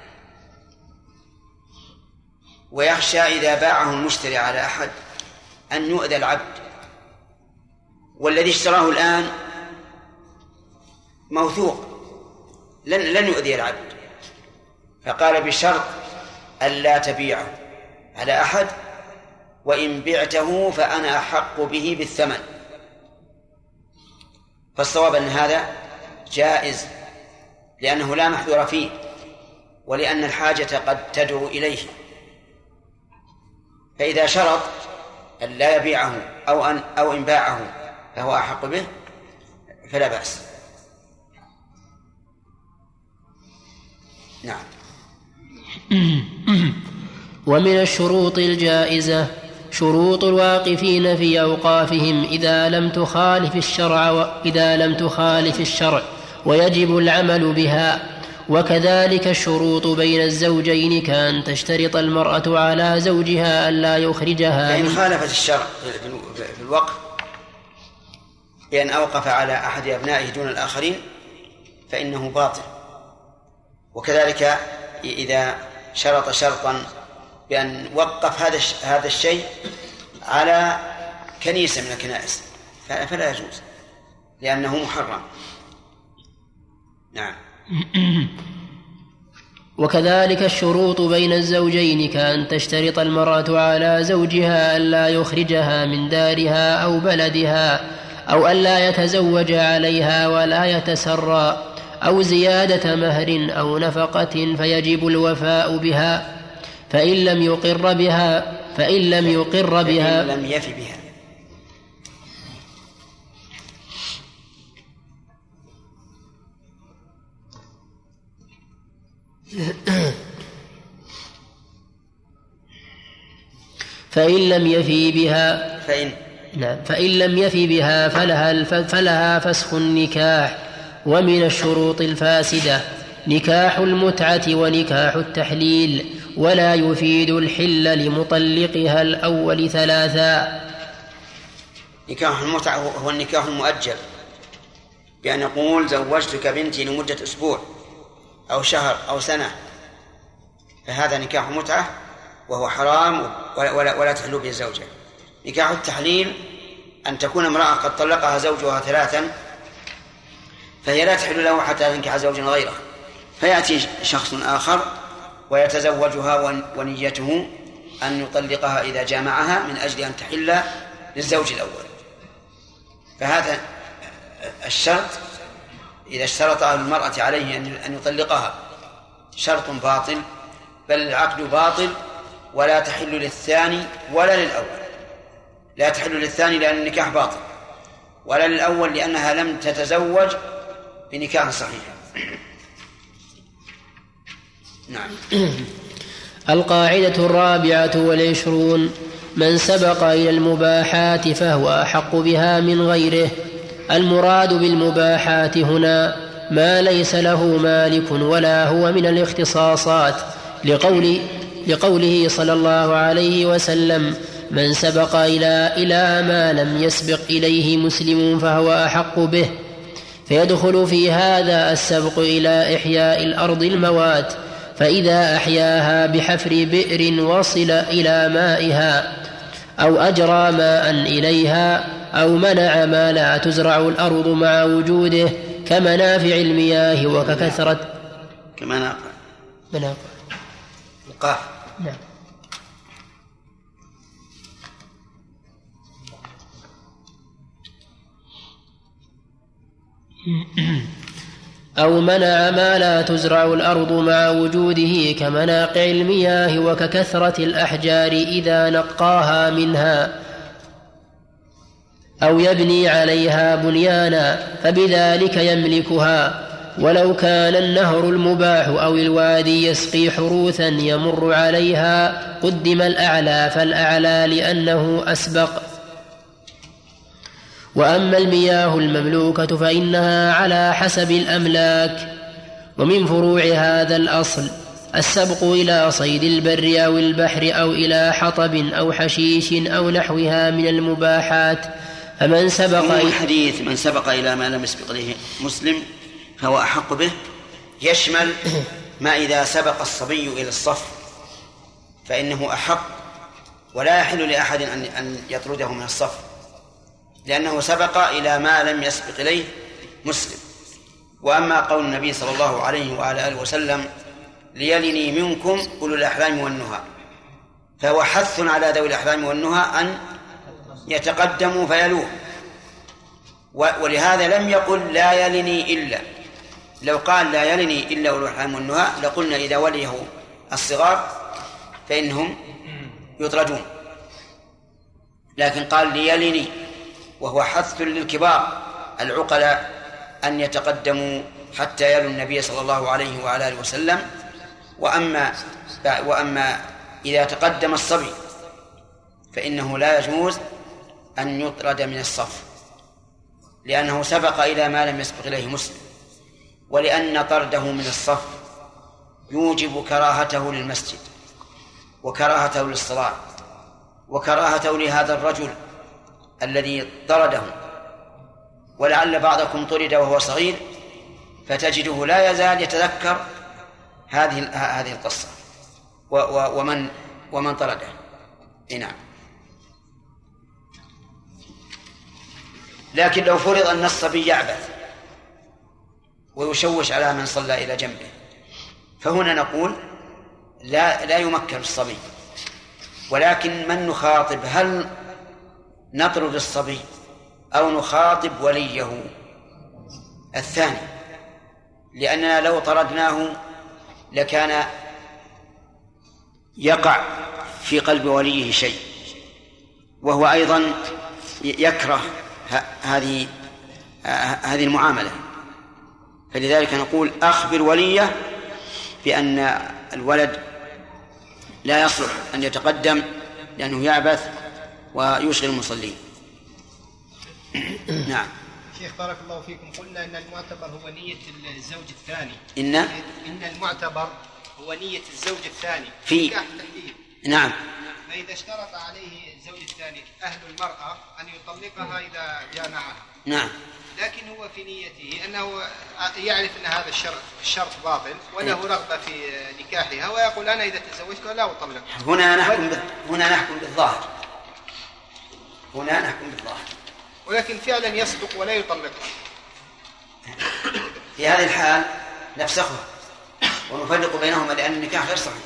ويخشى إذا باعه المشتري على أحد أن يؤذى العبد، والذي اشتراه الآن موثوق لن يؤذي العبد، فقال بشرط ألا تبيعه على أحد، وإن بعته فأنا أحق به بالثمن. فالصواب أن هذا جائز لأنه لا محذور فيه، ولأن الحاجة قد تدعو إليه. فإذا شرط أن لا يبيعه أو إن باعه فهو أحق به فلا بأس. نعم. ومن الشروط الجائزة شروط الواقفين في أوقافهم إذا لم تخالف الشرع ويجب العمل بها. وكذلك الشروط بين الزوجين كأن تشترط المرأة على زوجها ألا يخرجها فإن خالفت الشرع في الوقف بأن أوقف على أحد أبنائه دون الآخرين فإنه باطل. وكذلك إذا شرط شرطا بأن وقف هذا الشيء على كنيسة من الكنائس فلا يجوز لأنه محرم. نعم. وكذلك الشروط بين الزوجين كأن تشترط المرأة على زوجها ألا يخرجها من دارها أو بلدها، أو ألا يتزوج عليها ولا يتسرى، أو زيادة مهر أو نفقة فيجب الوفاء بها، فإن لم يقر بها لم يفي بها. فإن لم يفي بها فلها فسخ النكاح. ومن الشروط الفاسدة نكاح المتعة ونكاح التحليل، ولا يفيد الحل لمطلقها الأول 3. نكاح المتعة هو النكاح المؤجل، بأن يقول زوجتك بنتي لمدة أسبوع أو شهر أو سنة، فهذا نكاح متعة وهو حرام ولا تحل به الزوجة. نكاح التحليل أن تكون امرأة قد طلقها زوجها 3 فهي لا تحل له حتى تنكح زوجا غيره، فيأتي شخص آخر ويتزوجها ونيته أن يطلقها إذا جامعها من أجل أن تحل للزوج الأول. فهذا الشرط إذا اشترط المرأة عليه أن يطلقها شرط باطل، بل العقد باطل ولا تحل للثاني ولا للأول. لا تحل للثاني لأن النكاح باطل، ولا للأول لأنها لم تتزوج بنكاح صحيح. نعم. القاعدة 24: من سبق إلى المباحات فهو أحق بها من غيره. المراد بالمباحات هنا ما ليس له مالك ولا هو من الاختصاصات، لقوله صلى الله عليه وسلم: من سبق إلى ما لم يسبق إليه مسلم فهو أحق به. فيدخل في هذا السبق إلى إحياء الأرض الموات، فإذا أحياها بحفر بئر وصل إلى مائها أو أجرى ماء إليها أو منع ما لا تزرع الأرض مع وجوده كمنافع المياه وككثرة القاف. نعم. أو منع ما لا تزرع الأرض مع وجوده كمناقع المياه وككثرة الأحجار إذا نقاها منها، أو يبني عليها بنيانا فبذلك يملكها. ولو كان النهر المباح أو الوادي يسقي حروثا يمر عليها قدم الأعلى فالأعلى لأنه أسبق. وأما المياه المملوكة فإنها على حسب الأملاك. ومن فروع هذا الأصل السبق إلى صيد البر أو البحر أو إلى حطب أو حشيش أو نحوها من المباحات. فمن سبق الحديث من سبق إلى ما لم يسبق إليه مسلم فهو أحق به يشمل ما إذا سبق الصبي إلى الصف فإنه أحق، ولا يحل لأحد أن يطرده من الصف لأنه سبق إلى ما لم يسبق إليه مسلم. وأما قول النبي صلى الله عليه وعلى آله وسلم: ليلني منكم أولو الأحلام والنهى، فهو حث على ذوي الأحلام والنهى أن يتقدموا فيلوه. ولهذا لم يقل لا يلني إلا، لو قال لا يلني إلا أولو الأحلام والنهى لقلنا إذا وليه الصغار فإنهم يطردون، لكن قال ليلني وهو حث للكبار العقلاء أن يتقدموا حتى يلوا النبي صلى الله عليه وعلى آله وسلم. وأما إذا تقدم الصبي فإنه لا يجوز أن يطرد من الصف لأنه سبق إلى ما لم يسبق إليه مسلم، ولأن طرده من الصف يوجب كراهته للمسجد وكراهته للصلاة وكراهته لهذا الرجل الذي طرده. ولعل بعضكم طرد وهو صغير فتجده لا يزال يتذكر هذه القصة ومن طرده. نعم. لكن لو فرض أن الصبي يعبث ويشوش على من صلى إلى جنبه فهنا نقول لا يمكن الصبي. ولكن من نخاطب؟ هل نطرد الصبي أو نخاطب وليه؟ الثاني، لأننا لو طردناه لكان يقع في قلب وليه شيء، وهو أيضا يكره هذه المعاملة. فلذلك نقول أخبر وليه بأن الولد لا يصلح أن يتقدم لأنه يعبث ويشغل المصلين. نعم. شيخ بارك الله فيكم، قلنا أن المعتبر هو نية الزوج الثاني. إن المعتبر هو نية الزوج الثاني في نكاح التحليل. نعم. فإذا اشترط عليه الزوج الثاني أهل المرأة أن يطلقها إذا جامعها. نعم. لكن هو في نيته أنه يعرف أن هذا الشرط باطل وله رغبة في نكاحها ويقول أنا إذا تزوجتها لا أطلق. هنا نحكم بالظاهر. ولكن فعلا يصدق ولا يطلقها. في هذه الحال نفسخها ونفرق بينهما لأن النكاح غير صحيح.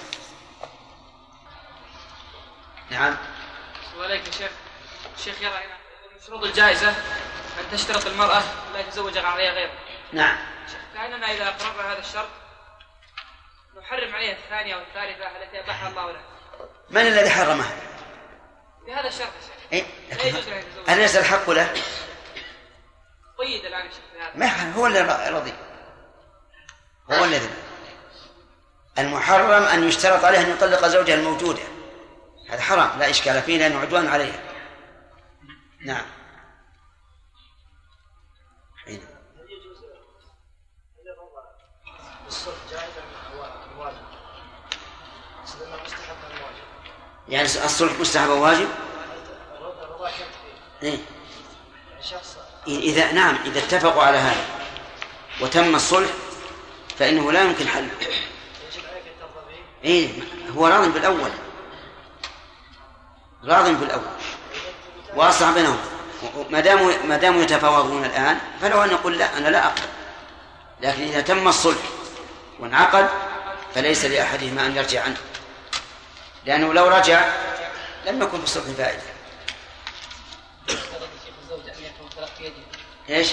نعم. ولكن الشيخ يرى هنا من شروط الجائزة أن تشترط المرأة لا يتزوج عليها غيره. نعم. كأننا إذا أقررنا هذا الشرط نحرم عليها الثانية والثالثة التي أباحها الله لها. من الذي حرمها؟ بهذا الشرط إيه؟ هل ليس الحق له؟ قيد الآن ما هو اللي رضي، هو الذي المحرم أن يشترط عليه أن يطلق زوجها الموجودة، هذا حرام لا إشكال فيه لأنه عدوان عليها. نعم. يعني الصلح مستحب وواجب؟ إيه؟ إذا نعم إذا اتفقوا على هذا وتم الصلح فإنه لا يمكن حله. إيه هو راض بالأول، راض بالأول وأصلح بينهم، ما داموا يتفاوضون الآن فلو أن نقول لا أنا لا أقبل، لكن إذا تم الصلح وانعقد فليس لأحدهما أن يرجع عنه، لأنه لو رجع لم يكن في الصلح فائدة. إيش؟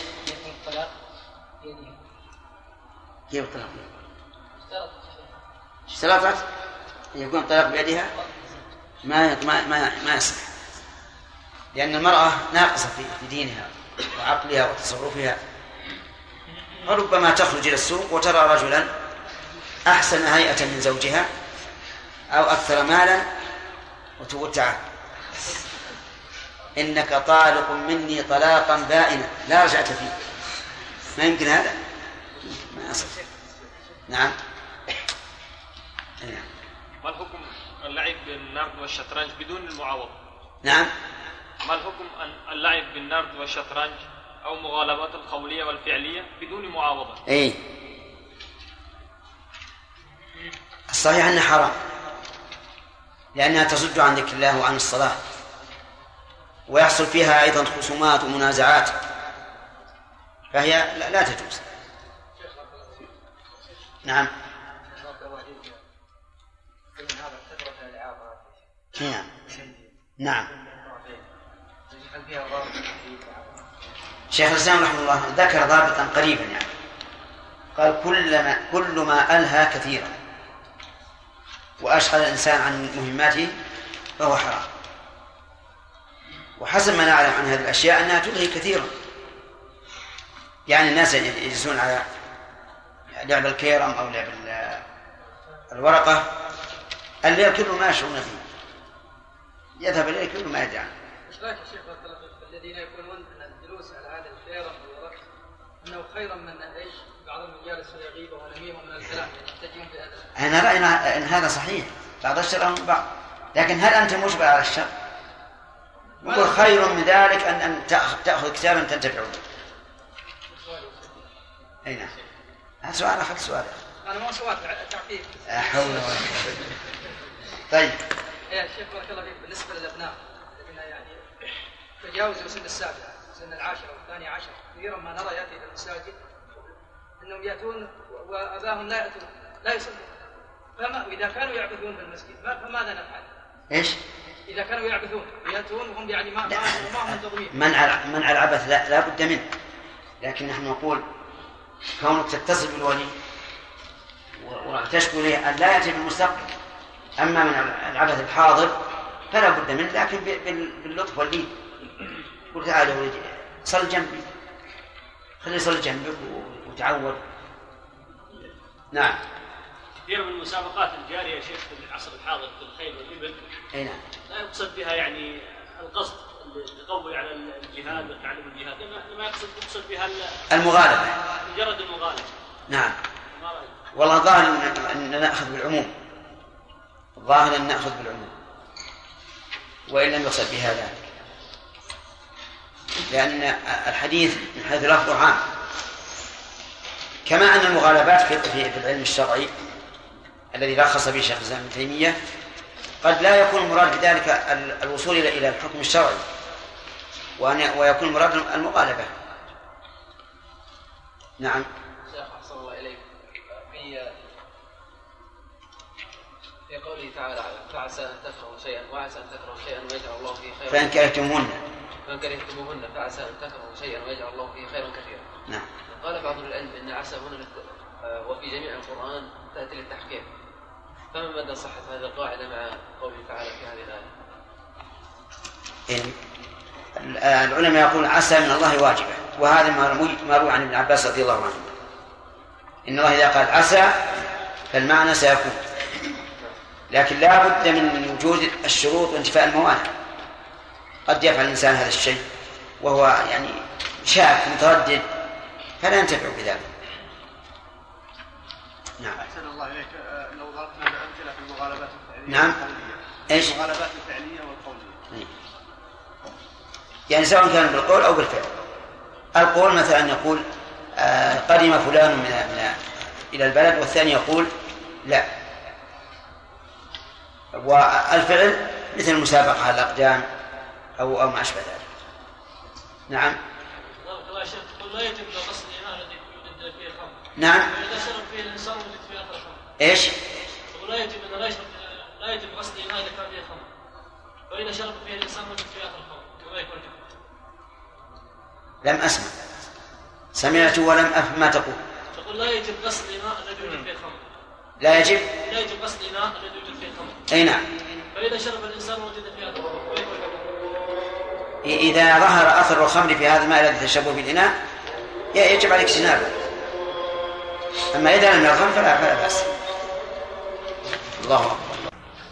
كيف الطلاق؟ اشترطت يكون الطلاق بيدها ما يصح، لأن المرأة ناقصة في دينها وعقلها وتصرفها، وربما تخرج إلى السوق وترى رجلا أحسن هيئة من زوجها أو أكثر مالا وتقول تعال إنك طالق مني طلاقا بائنا لا رجعت فيه، ما يمكن هذا، ما يصح. نعم. ما الحكم اللعب بالنرد والشطرنج بدون المعاوضة؟ نعم. ما الحكم اللعب بالنرد والشطرنج أو مغالبات القولية والفعلية بدون معاوضة؟ إيه الصحيح أنها حرام، لأنها تصد عن ذكر الله وعن الصلاة، ويحصل فيها أيضا خصومات ومنازعات، فهي لا تجوز. نعم. نعم. شيخ الإسلام رحمه الله ذكر ضابطا قريبا، يعني قال كل ما ألهى كثيرا وأشغل الإنسان عن مهماته فهو حرام، وحسب ما نعلم عن هذه الأشياء أنها تلهي كثيرا، يعني الناس يجلسون على لعب الكيرم أو لعب الورقة الليل كله ما يشعرون فيه، يذهب الليل كله ما يدري عنه. ايش رايك يا شيخ الذين يقولون ان الجلوس على هذا الكيرم والورقة انه خيرا من ايش بعضهم يجالس ويغيب ونميم من الكلام، يحتجون بهذا؟ أنا رأينا أن هذا صحيح، بعض الشر من بعض، لكن هل أنت مجبر على الشر؟ يقول خير من ذلك أن تأخذ كتابا تنتفع به. أي نعم. هذا سؤال أخذ سؤال. أنا ما سؤال تعقيب. حول ولا قوة. طيب. يا شيخ بارك الله فيك، بالنسبة للأبناء الذين يعني تجاوزوا سن السابعة، سن العاشرة والثانية عشر، كثيرا ما نرى يأتي إلى المساجد أنهم يأتون وأباهم لا يصلون، إذا كانوا يعبثون في المسجد فماذا نفعل؟ إيش؟ إذا كانوا يعبثون ويأتون وهم يعني ما هم منتظمين. منع العبث لا بد منه، لكن نحن نقول كونك تتصل بالولي وتشكو له أن لا يأتي بالمستقبل، أما من العبث الحاضر فلا بد منه، لكن باللطف واللين. قل تعالى يا ولدي صل جنبي، خلي يصلي جنبك وتعود. نعم. كثير من المسابقات الجارية يا شيخ في العصر الحاضر في الخيل والإبل لا يقصد بها يعني القصد التقوي على الجهاد وتعلم الجهاد، ما يقصد بها المغالبة، مجرد المغالبة. نعم. والله ظاهر أن نأخذ بالعموم، ظاهر أن نأخذ بالعموم وإن لم يقصد بها ذلك، لأن الحديث من حيث لفظه عام، كما أن المغالبات في العلم الشرعي الذي رخص به شيخ الإسلام ابن تيمية قد لا يكون المراد بذلك الوصول إلى الحكم الشرعي، ويكون المراد المغالبة. نعم. شيخ أحسن الله إليك، في قوله تعالى فعسى أن تكرهوا شيئا وعسى أن تكرهوا شيئا ويجعل الله فيه خيرا فإن كرهتموهن فعسى أن تكرهوا شيئا ويجعل الله فيه خيرا كثيرا. نعم. قال بعض العلم إن عسى هنا وفي جميع القرآن تأتي للتحقيق، فما مدى صحة هذه القاعدة مع قوله تعالى في هذه الآية؟ العلماء يقول عسى من الله واجبة، وهذا ما روى عن ابن عباس رضي الله عنه، إن الله إذا قال عسى فالمعنى سيكون، لكن لا بد من وجود الشروط وانتفاء الموانع. قد يفعل الإنسان هذا الشيء وهو يعني شاك متردد فلا ينتفع بذلك. نعم. أحسن الله إليك. لو ضربنا أمثلة في المغالبات الفعلية نعم. والقولية. إيش؟ المغالبات الفعلية والقولية. يعني سواء كان بالقول أو بالفعل. القول مثلا يقول قدم فلان من إلى البلد، والثاني يقول لا. والفعل مثل المسابقة على الأقدام أو ما أشبه ذلك. نعم. لا يجب قصد الإناء الذي يوجد فيه الخمر. نعم. إذا شرب فيه الإنسان وجد فيه آخر الخمر. إيش؟ لا يجب قصد الإناء إذا كان فيه الخمر. فإذا شرب فيه الإنسان وجد فيه آخر الخمر وما يكون جب. لم أسمع. سمعت ولم أفهم ما تقول. تقول لا يجب قصد الإناء الذي يوجد فيه الخمر. لا يجب قصد الإناء الذي يوجد فيه الخمر. أي نعم. فإذا شرب الإنسان وجد فيه آخر الخمر وما يكون جب. إذا ظهر أثر الخمر في هذا الماء الذي تشربه في الإناء يجب عليك اجتنابه. أما إذا لم يظهر فلا بأس. الله أكبر.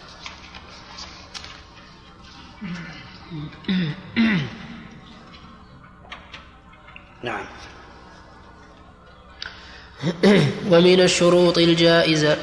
نعم. ومن الشروط الجائزة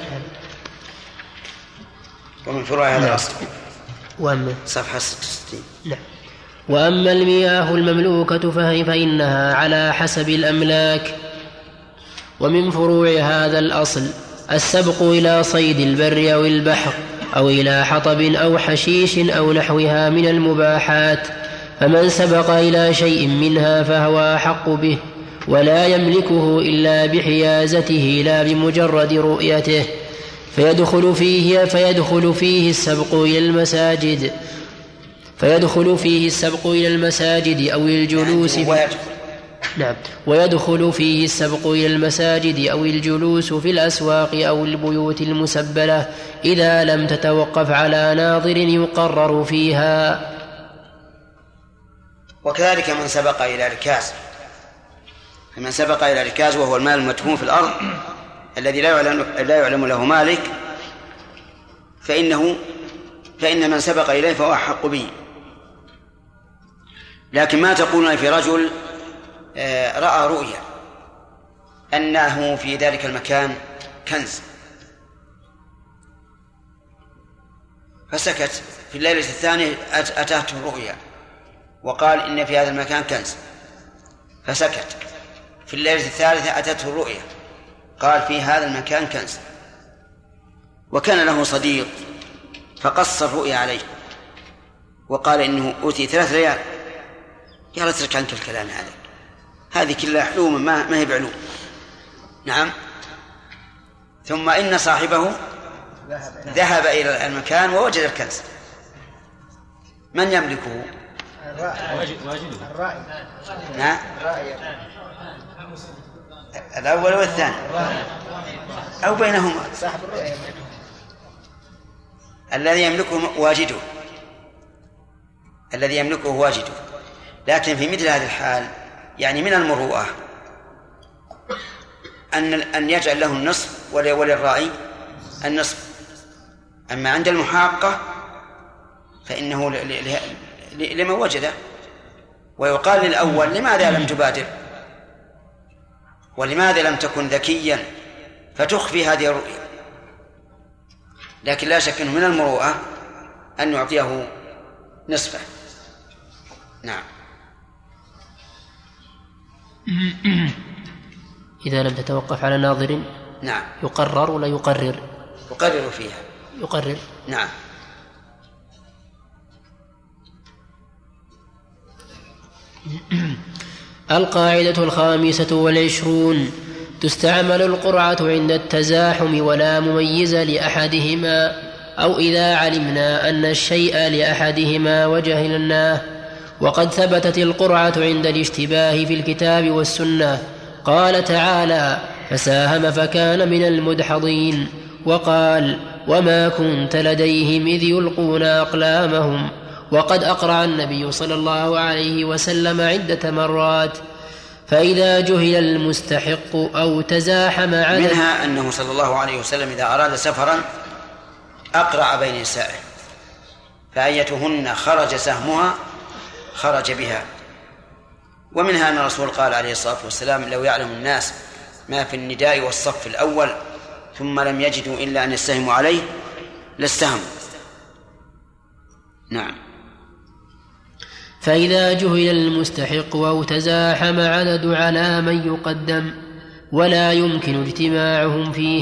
ومن فروع هذا الأصل. صفحة 66. نعم. وأما المياه المملوكة فإنها على حسب الأملاك. ومن فروع هذا الأصل السبق إلى صيد البر أو البحر أو إلى حطب أو حشيش أو نحوها من المباحات، فمن سبق إلى شيء منها فهو أحق به، ولا يملكه إلا بحيازته لا بمجرد رؤيته، فيدخل فيه السبق إلى المساجد أو الجلوس ويدخل فيه السبق إلى المساجد أو الجلوس في الأسواق أو البيوت المسبلة إذا لم تتوقف على ناظر يقرر فيها. وكذلك من سبق إلى ركاز وهو المال المدفون في الأرض الذي لا يعلم له مالك، فإن من سبق إليه فهو أحق به. لكن ما تقولون في رجل رأى رؤيا أنه في ذلك المكان كنز، فسكت، في الليلة الثانية أتته الرؤيا وقال إن في هذا المكان كنز، فسكت، في الليلة الثالثة أتته الرؤيا قال في هذا المكان كنز، وكان له صديق فقص الرؤيا عليه وقال إنه أوتي 3 ليال. قال اترك عنك الكلام هذه كلها حلوم ما هي بعلوم. نعم. ثم إن صاحبه ذهب إلى المكان ووجد الكنز. من يملكه؟ الرائي. نعم. الأول والثاني أو بينهما. الذي يملكه واجده. لكن في مثل هذه الحال يعني من المروءة أن يجعل له النصف وللراعي النصف. أما عند المحاقة فإنه لمن وجده. ويقال للأول لماذا لم تبادر ولماذا لم تكن ذكيا فتخفي هذه الرؤيا. لكن لا شك أنه من المروءة أن يعطيه نصفه. نعم. إذا لم تتوقف على ناظر نعم يقرر ولا يقرر؟ يقرر فيها. يقرر. نعم. القاعدة 25 تستعمل القرعة عند التزاحم ولا مميز لأحدهما، أو إذا علمنا أن الشيء لأحدهما وجهلناه. وقد ثبتت القرعة عند الاشتباه في الكتاب والسنة، قال تعالى: فساهم فكان من المدحضين. وقال: وما كنت لديهم إذ يلقون أقلامهم. وقد أقرأ النبي صلى الله عليه وسلم عدة مرات. فإذا جهل المستحق أو تزاحم عدد. منها أنه صلى الله عليه وسلم إذا أراد سفرا أقرع بين نسائه، فأيتهن خرج سهمها خرج بها. ومنها أن الرسول قال عليه الصلاة والسلام: لو يعلم الناس ما في النداء والصف الأول ثم لم يجدوا إلا أن يستهموا عليه لاستهموا. نعم. فإذا جهل المستحق أو تزاحم عدد على من يقدم ولا يمكن اجتماعهم فيه،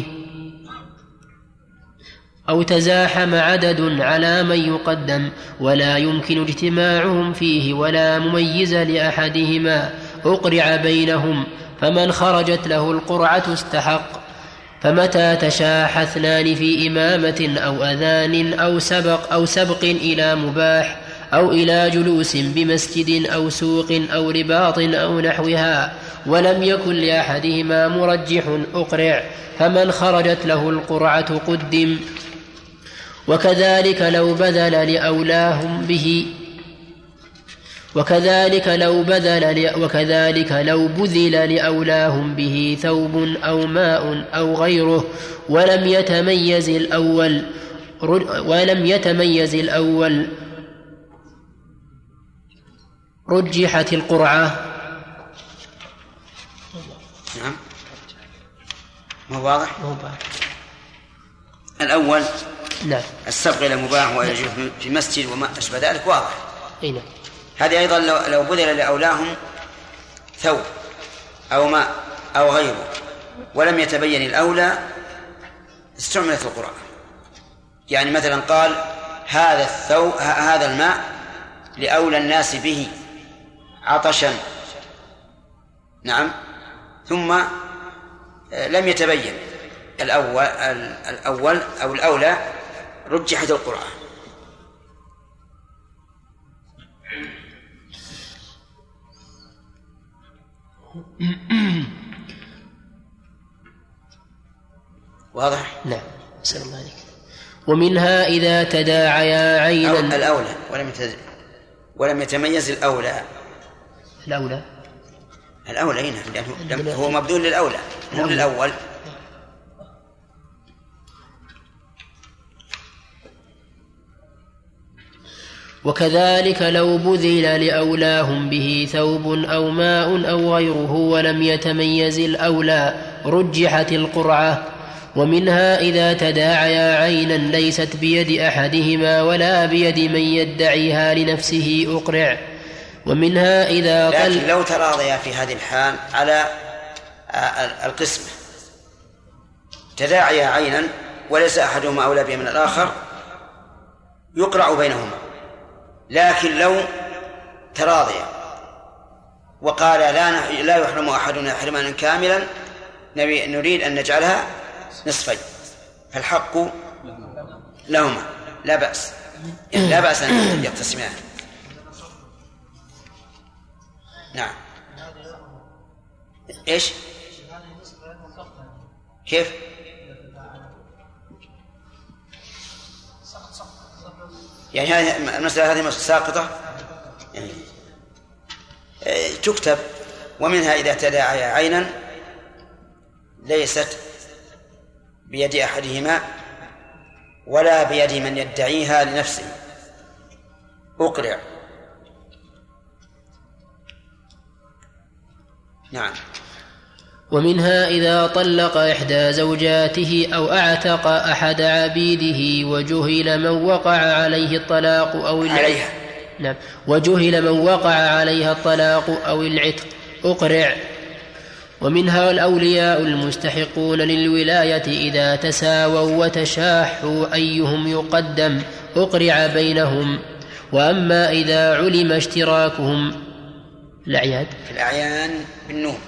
أو تزاحم عدد على من يقدم ولا يمكن اجتماعهم فيه ولا مميز لأحدهما، أقرع بينهم، فمن خرجت له القرعة استحق. فمتى تشاح اثنان في إمامة أو أذان أو سبق إلى مباح أو إلى جلوس بمسجد أو سوق أو رباط أو نحوها ولم يكن لأحدهما مرجح أقرع، فمن خرجت له القرعة قدم. وكذلك لو بذل لأولاهم به ثوب أو ماء أو غيره ولم يتميز الأول رجحت القرعة. نعم. ما واضح؟ الأول نعم. السبق إلى مباح ويجوز في مسجد وما أشبه ذلك واضح. نعم. هذه أيضا لو بذل لأولاهم ثوب أو ماء أو غيره ولم يتبين الأولى استعملت القرعة. يعني مثلا قال: هذا الماء لأولى الناس به عطشا، نعم، ثم لم يتبين الأول أو الأولى، رجحت القرعة. واضح؟ نعم. أسأل الله عليك. ومنها إذا تداعيا عينا الأولى ولم يتميز الأولى هنا، لأنه هو مبذول للأولى مو للأول. وكذلك لو بذل لأولاهم به ثوب أو ماء أو غيره ولم يتميز الأولى رجحت القرعة. ومنها إذا تداعيا عينا ليست بيد أحدهما ولا بيد من يدعيها لنفسه أقرع. ومنها إذا لكن لو تراضيا في هذه الحال على القسمة، تداعيا عينا وليس أحدهما أولى بها من الآخر، يقرع بينهما. لكن لو تراضيا وقال لا يحرم أحدنا حرمانا كاملا، نريد أن نجعلها نصفين، فالحق لهما، لا بأس أن يقتسمان. نعم. إيش؟ كيف؟ يعني هذه المسألة هذه ساقطة يعني تكتب. ومنها إذا تداعي عينا ليست بيد أحدهما ولا بيد من يدعيها لنفسه أقرع. نعم. ومنها إذا طلق إحدى زوجاته أو أعتق أحد عبيده وجهل من وقع عليه الطلاق أو العتق. نعم. وجهل من وقع عليها الطلاق أو العتق أقرع. ومنها الأولياء المستحقون للولاية إذا تساووا وتشاحوا أيهم يقدم أقرع بينهم. وأما إذا علم اشتراكهم الأعياد في الأعيان بالنون.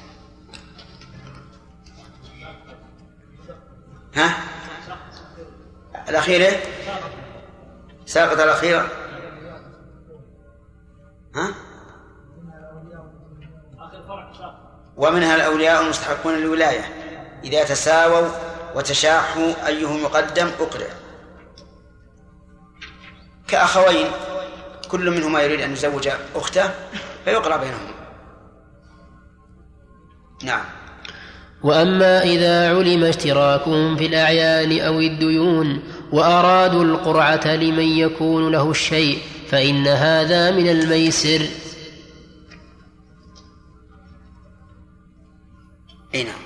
ها؟ الأخيرة ساقط الأخيرة. ها؟ ومنها الأولياء المستحقون للولاية إذا تساووا وتشاحوا أيهم يقدم أقرع، كأخوين كل منهما يريد أن يزوج أخته فيقرع بينهما. نعم. وأما إذا علم اشتراكهم في الأعيان أو الديون وأرادوا القرعة لمن يكون له الشيء فإن هذا من الميسر. نعم،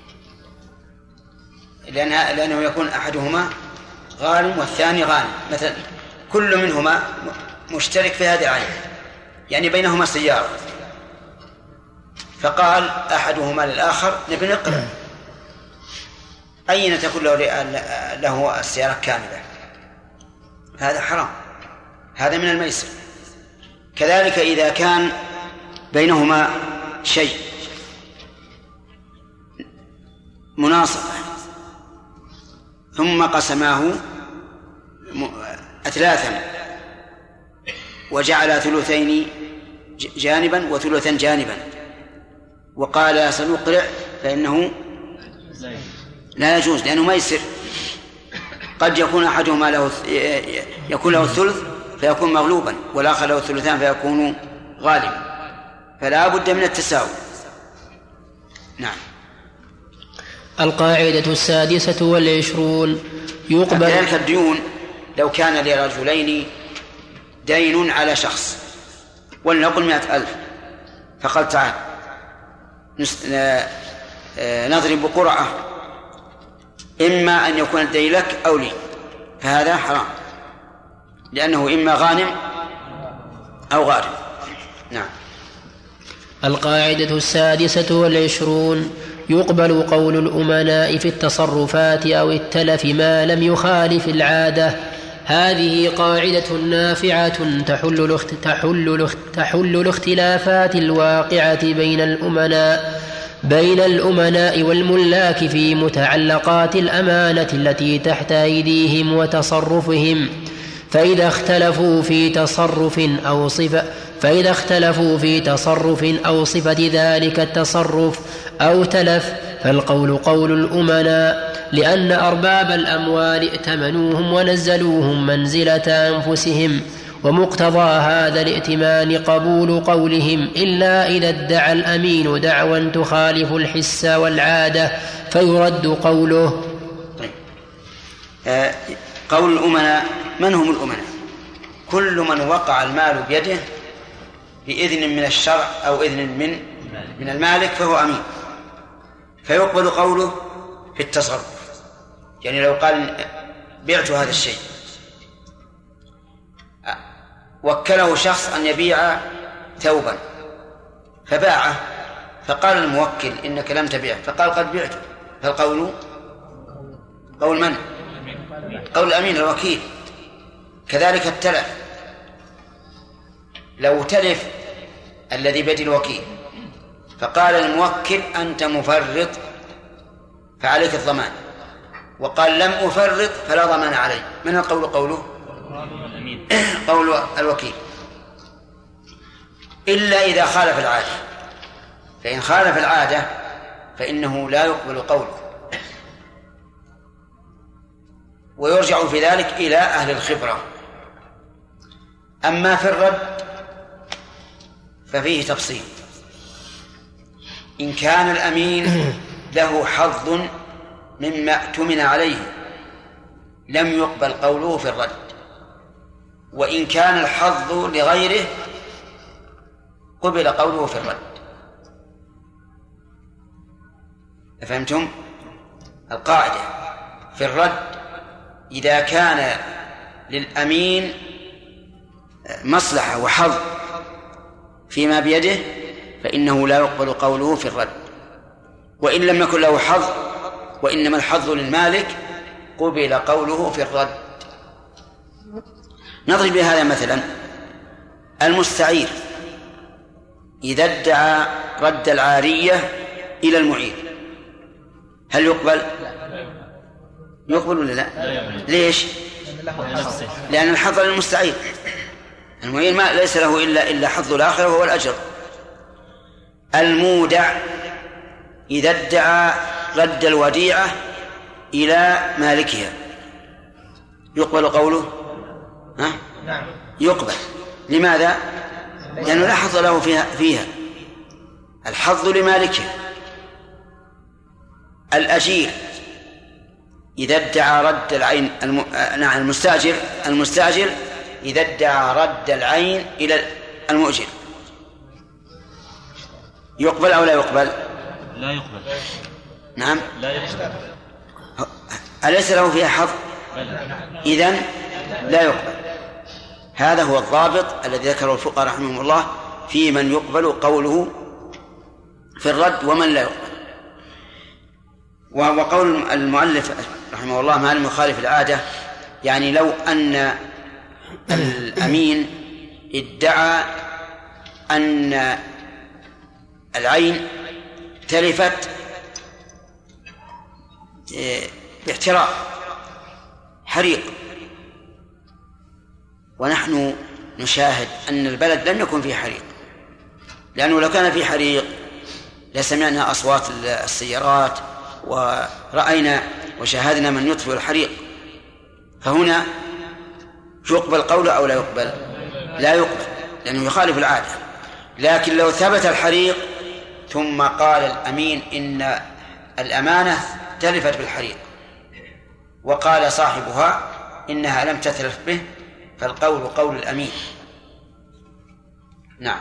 لأنه يكون أحدهما غارم والثاني غانم، مثلا كل منهما مشترك في هذه العين، يعني بينهما سيارة، فقال أحدهما للآخر نبي نقرأ، أين تكون له السيارة كاملة؟ هذا حرام، هذا من الميسر. كذلك إذا كان بينهما شيء مناصفة ثم قسماه أثلاثا وجعل ثلثين جانبا وثلثا جانبا وقال سنقرع، فإنه لا يجوز، لأنه ميسر. قد يكون أحدهما يكون له الثلث فيكون مغلوبا، والآخر له الثلثان فيكون غالبا، فلا بد من التساوي. نعم. القاعدة 26 يقبل كذلك الديون، لو كان لرجلين دين على شخص ولنقل 100,000، فقال تعال نضرب قرعة، إما أن يكون الدين لك أو لي، فهذا حرام، لأنه إما غانم أو غارم. نعم. القاعدة 26 يقبل قول الأمناء في التصرفات أو التلف ما لم يخالف العادة. هذه قاعدة نافعة تحل الاختلافات الواقعة بين الأمناء والملاك في متعلقات الأمانة التي تحت أيديهم وتصرفهم، فإذا اختلفوا في تصرف أو صفة ذلك التصرف أو تلف فالقول قول الأمناء، لأن أرباب الأموال ائتمنوهم ونزلوهم منزلة أنفسهم، ومقتضى هذا الائتمان قبول قولهم، إلا إذا ادعى الأمين دعوى تخالف الحس والعادة فيرد قوله. قول الأمناء، من هم الأمناء؟ كل من وقع المال بيده بإذن من الشرع أو إذن من المالك فهو أمين، فيقبل قوله في التصرف. يعني لو قال بعت هذا الشيء، وكله شخص أن يبيع ثوبا فباعه، فقال الموكل إنك لم تبيعه، فقال قد بعته، فالقول قول من؟ قول الأمين الوكيل. كذلك التلف، لو تلف الذي بيد الوكيل فقال الموكل أنت مفرط فعليك الضمان، وقال لم أفرط فلا ضمان علي، من القول قوله؟ قول الوكيل، إلا إذا خالف العادة، فإن خالف العادة فإنه لا يقبل قوله، ويرجع في ذلك إلى أهل الخبرة. أما في الرد ففيه تفصيل، إن كان الأمين له حظ مما اؤتمن عليه لم يقبل قوله في الرد، وإن كان الحظ لغيره قبل قوله في الرد. أفهمتم؟ القاعدة في الرد إذا كان للأمين مصلحة وحظ فيما بيده فإنه لا يقبل قوله في الرد، وإن لم يكن له حظ وإنما الحظ للمالك قبل قوله في الرد. نضرب بهذا مثلا، المستعير إذا ادعى رد العارية إلى المعير هل يقبل؟ يقبل ولا لا؟ ليش؟ لأن الحظ للمستعير، المعير ما ليس له إلا حظ الآخرة وهو الأجر. المودع إذا ادعى رد الوديعة إلى مالكها يقبل قوله؟ نعم يقبل. لماذا؟ لأنه لا حظ له فيها الحظ لمالكها. الأجير إذا ادعى رد العين المستأجر إذا ادعى رد العين إلى المؤجر يقبل أو لا يقبل؟ لا يقبل. نعم لا يقبل. أليس له فيها حظ؟ إذن لا يقبل. هذا هو الضابط الذي ذكره الفقهاء رحمهم الله في من يقبل قوله في الرد ومن لا يقبل. وقول المؤلف رحمه الله ما لم يخالف العادة، يعني لو أن الأمين ادعى أن العين تلفت باحتراق حريق، ونحن نشاهد أن البلد لم يكن فيه حريق، لأنه لو كان فيه حريق لسمعنا أصوات السيارات ورأينا وشاهدنا من يطفئ الحريق. فهنا يقبل قوله أو لا يقبل؟ لا يقبل، لأنه يخالف العادة. لكن لو ثبت الحريق ثم قال الأمين إن الأمانة تلفت بالحريق وقال صاحبها إنها لم تتلف به، فالقول قول الأمين. نعم.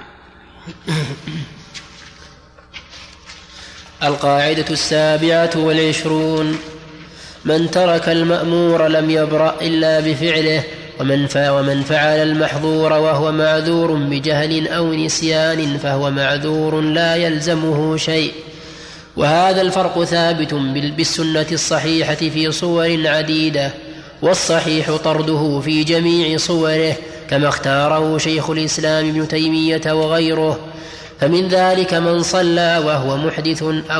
القاعدة 27: من ترك المأمور لم يبرأ إلا بفعله، ومن فعل المحظور وهو معذور بجهل أو نسيان فهو معذور لا يلزمه شيء. وهذا الفرق ثابت بالسنة الصحيحة في صور عديدة، والصحيح طرده في جميع صوره كما اختاره شيخ الإسلام ابن تيمية وغيره. فمن ذلك من صلى وهو محدث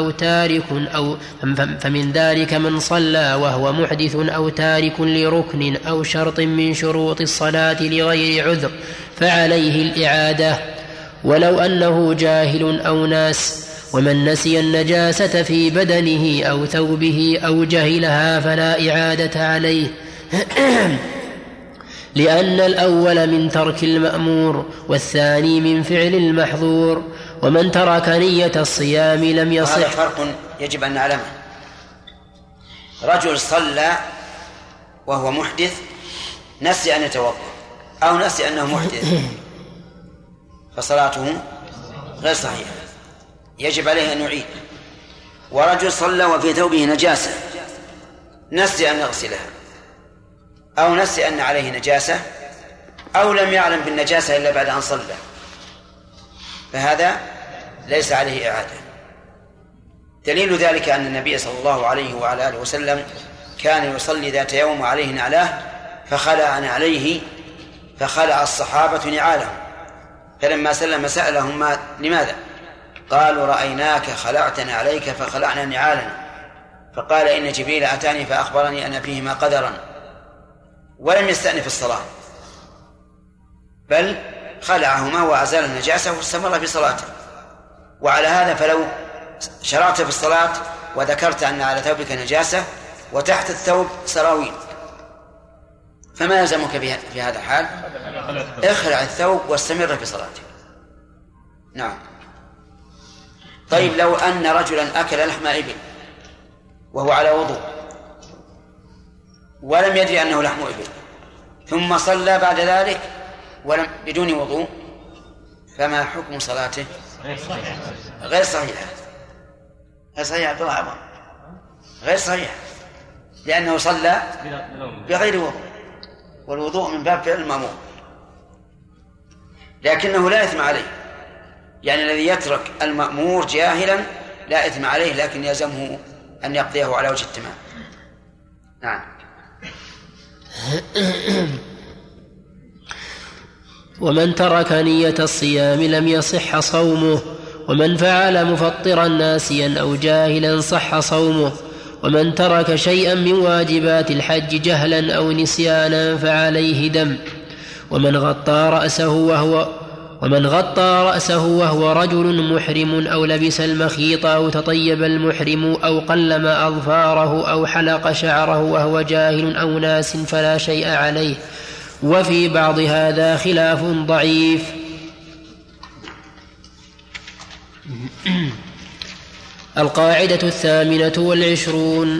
أو تارك لركن أو شرط من شروط الصلاة لغير عذر فعليه الإعادة ولو أنه جاهل أو ناس. ومن نسي النجاسة في بدنه أو ثوبه أو جهلها فلا إعادة عليه لأن الأول من ترك المأمور والثاني من فعل المحظور. ومن ترك نية الصيام لم يصح. هذا فرق يجب أن نعلمه. رجل صلى وهو محدث نسي أن يتوضأ أو نسي أنه محدث فصلاته غير صحيحة، يجب عليه أن يعيد. ورجل صلى وفي ثوبه نجاسة نسي أن يغسلها أو نسي أن عليه نجاسة أو لم يعلم بالنجاسة إلا بعد أن صلى، فهذا ليس عليه إعادة. دليل ذلك أن النبي صلى الله عليه وعلى آله وسلم كان يصلي ذات يوم عليه نعلاه فخلع الصحابة نعالهم، فلما سلم سألهم لماذا؟ قالوا رأيناك خلعتنا عليك فخلعنا نعالنا، فقال إن جبريل أتاني فأخبرني أن فيهما قدرا، ولم يستأنف الصلاة بل خلعهما وأزال النجاسة واستمر في صلاته. وعلى هذا فلو شرعت في الصلاة وذكرت أن على ثوبك نجاسة وتحت الثوب سراويل فما يلزمك في هذا الحال؟ اخلع الثوب واستمر في صلاتك. نعم. طيب لو أن رجلا أكل لحم إبل وهو على وضوء ولم يدري أنه لحم إبل ثم صلى بعد ذلك بدون وضوء، فما حكم صلاته؟ غير صحيحة. عبد الله عمر غير صحيحة، لأنه صلى بغير وضوء، والوضوء من باب فعل المأمور، لكنه لا إثم عليه. يعني الذي يترك المأمور جاهلا لا إثم عليه، لكن يلزمه أن يقضيه على وجه التمام. نعم. ومن ترك نية الصيام لم يصح صومه، ومن فعل مفطرا ناسيا أو جاهلا صح صومه. ومن ترك شيئا من واجبات الحج جهلا أو نسيانا فعليه دم. ومن غطى رأسه ومن غطى رأسه وهو رجل محرم أو لبس المخيط أو تطيب المحرم أو قلم أظفاره أو حلق شعره وهو جاهل أو ناس فلا شيء عليه. وفي بعض هذا خلاف ضعيف. القاعدة 28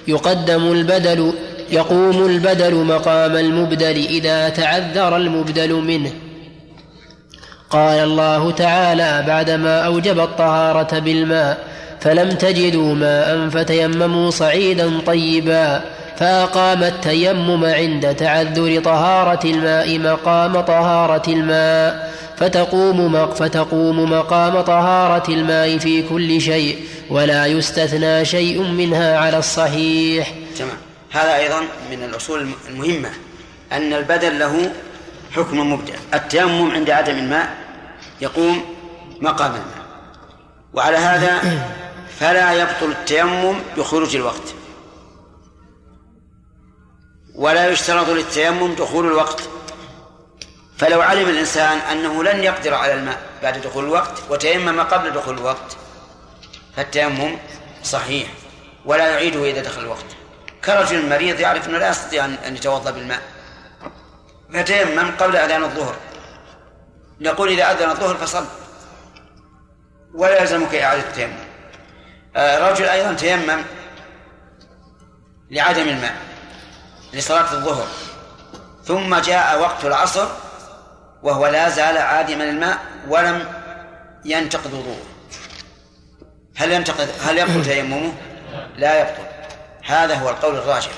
يقوم البدل مقام المبدل إذا تعذر المبدل منه. قال الله تعالى بعدما أوجب الطهارة بالماء: فلم تجدوا ماء فتيمموا صعيدا طيبا، فأقام التيمم عند تعذر طهارة الماء مقام طهارة الماء، فتقوم مقام طهارة الماء في كل شيء، ولا يستثنى شيء منها على الصحيح. تمام. هذا أيضا من الأصول المهمة، أن البدل له حكم مبدل. التيمم عند عدم الماء يقوم مقام الماء، وعلى هذا فلا يبطل التيمم بخروج الوقت، ولا يشترط للتيمم دخول الوقت. فلو علم الإنسان أنه لن يقدر على الماء بعد دخول الوقت وتيمم قبل دخول الوقت فالتيمم صحيح ولا يعيده إذا دخل الوقت. كرجل مريض يعرف أنه لا يستطيع أن يتوضأ بالماء فتيمم قبل أذان الظهر، نقول إذا أذن الظهر فصل ولا يلزمك إعادة التيمم. رجل أيضا تيمم لعدم الماء لصلاة الظهر، ثم جاء وقت العصر وهو لا زال عادما الماء ولم ينتقض وضوءه، هل يبطل تيممه؟ لا يبطل. هذا هو القول الراجح.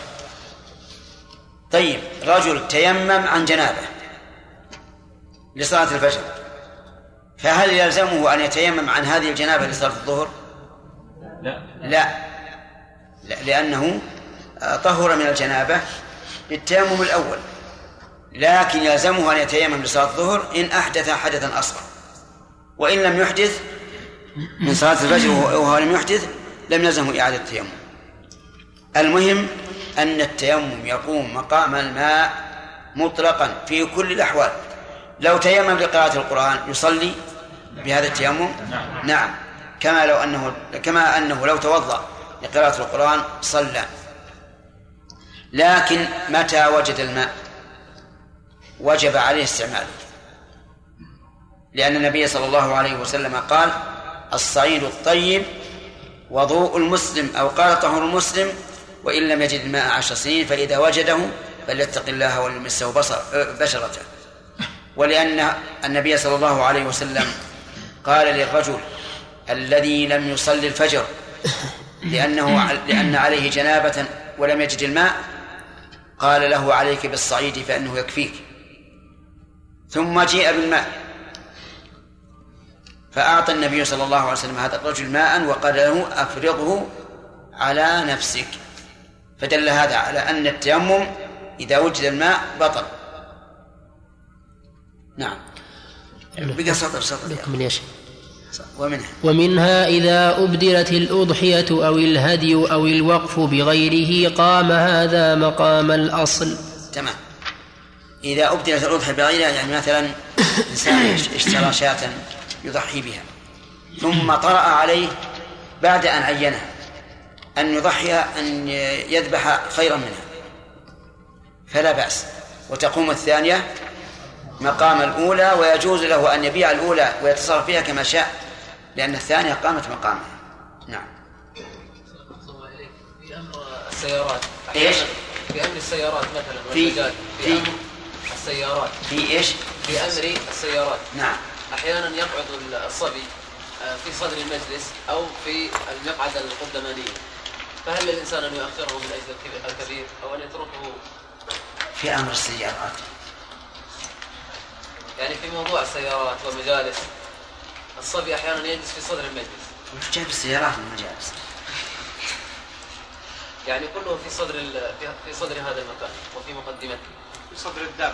طيب، رجل تيمم عن جنابه لصلاة الفجر، فهل يلزمه أن يتيمم عن هذه الجنابة لصلاة الظهر؟ لا، لأنه طهر من الجنابة بالتيمم الأول، لكن يلزمه أن يتيمم لصلاة الظهر إن أحدث حدثا أصغر، وإن لم يحدث من صلاة الفجر وهو لم يحدث لم يلزمه إعادة التيمم. المهم أن التيمم يقوم مقام الماء مطلقا في كل الأحوال. لو تيمم لقراءة القرآن يصلي بهذا التيمم؟ نعم، كما أنه لو توضأ لقراءة القرآن صلى. لكن متى وجد الماء وجب عليه استعماله، لأن النبي صلى الله عليه وسلم قال: الصعيد الطيب وضوء المسلم، أو قال: طهور المسلم وإن لم يجد الماء 10 سنين، فإذا وجده فليتق الله وليمسه بشرته. ولأن النبي صلى الله عليه وسلم قال للرجل الذي لم يصلي الفجر لأن عليه جنابة ولم يجد الماء، قال له: عليك بالصعيد فإنه يكفيك. ثم جيء بالماء فأعطى النبي صلى الله عليه وسلم هذا الرجل ماء وقال له: أفرغه على نفسك. فدل هذا على أن التيمم إذا وجد الماء بطل. نعم. بقى سطر ومنها إذا أبدلت الأضحية أو الهدي أو الوقف بغيره قام هذا مقام الأصل. تمام. إذا أبدلت الأضحية بغيرها، يعني مثلا إنسان اشترى شاة يضحي بها ثم طرأ عليه بعد أن عينها أن يضحي أن يذبح خيرا منها فلا بأس، وتقوم الثانية مقام الأولى، ويجوز له أن يبيع الأولى ويتصرف فيها كما شاء لأن الثانية قامت مقامها. نعم. في أمر السيارات إيش؟ في أمر السيارات مثلا في السيارات في إيش؟ في أمر السيارات. نعم. أحيانا يقعد الصبي في صدر المجلس أو في المقعد القدماني، فهل للإنسان أن يؤخره من أجل الكبير أو أن يتركه؟ في أمر السيارات، يعني في موضوع السيارات والمجالس الصبي أحيانا يجلس في صدر المجلس. وش جاب السيارات من المجالس؟ يعني كله في صدر هذا المكان وفي مقدمته في صدر الدابة.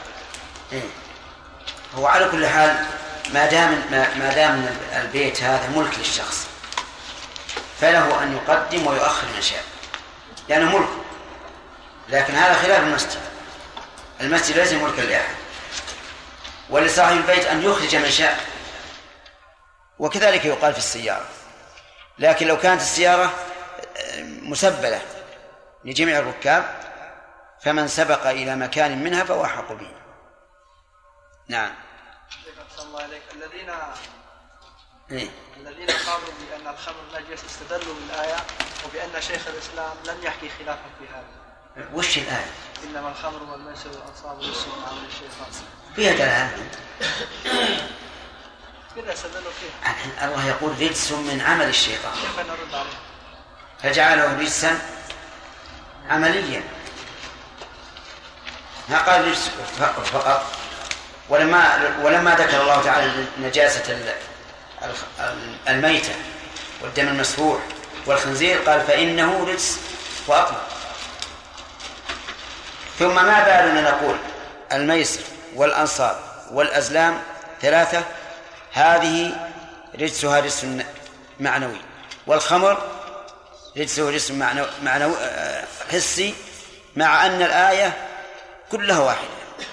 هو على كل حال ما دام البيت هذا ملك للشخص فله أن يقدم ويؤخر ما شاء لأنه ملك، لكن هذا خلاف المسجد. المسجد ليس ملكا لأحد. ولصاحب البيت أن يخرج من شاء، وكذلك يقال في السيارة. لكن لو كانت السيارة مسبلة لجميع الركاب فمن سبق إلى مكان منها فهو أحق به. نعم. الله عليك. الذين قالوا بأن الخمر نجس استدلوا بالآية وبأن شيخ الإسلام لم يحكي خلافا في هذا. وش الآية؟ إنما الخمر والميسر والأنصاب رجس من عمل الشيطان. فيها دلالة كذا استدلوا فيها. الله يقول رجس من عمل الشيطان، كيف نرد عليه؟ فجعله رجسا عمليا، ما قال رجس فقط. ولما ذكر الله تعالى نجاسة الميتة والدم المسفوح والخنزير قال فإنه رجس وأطلق. ثم ما بالنا نقول الميسر والأنصاب والأزلام 3 هذه رجسها رجس معنوي، والخمر رجسه رجس معنوي حسي، مع أن الآية كلها واحدة.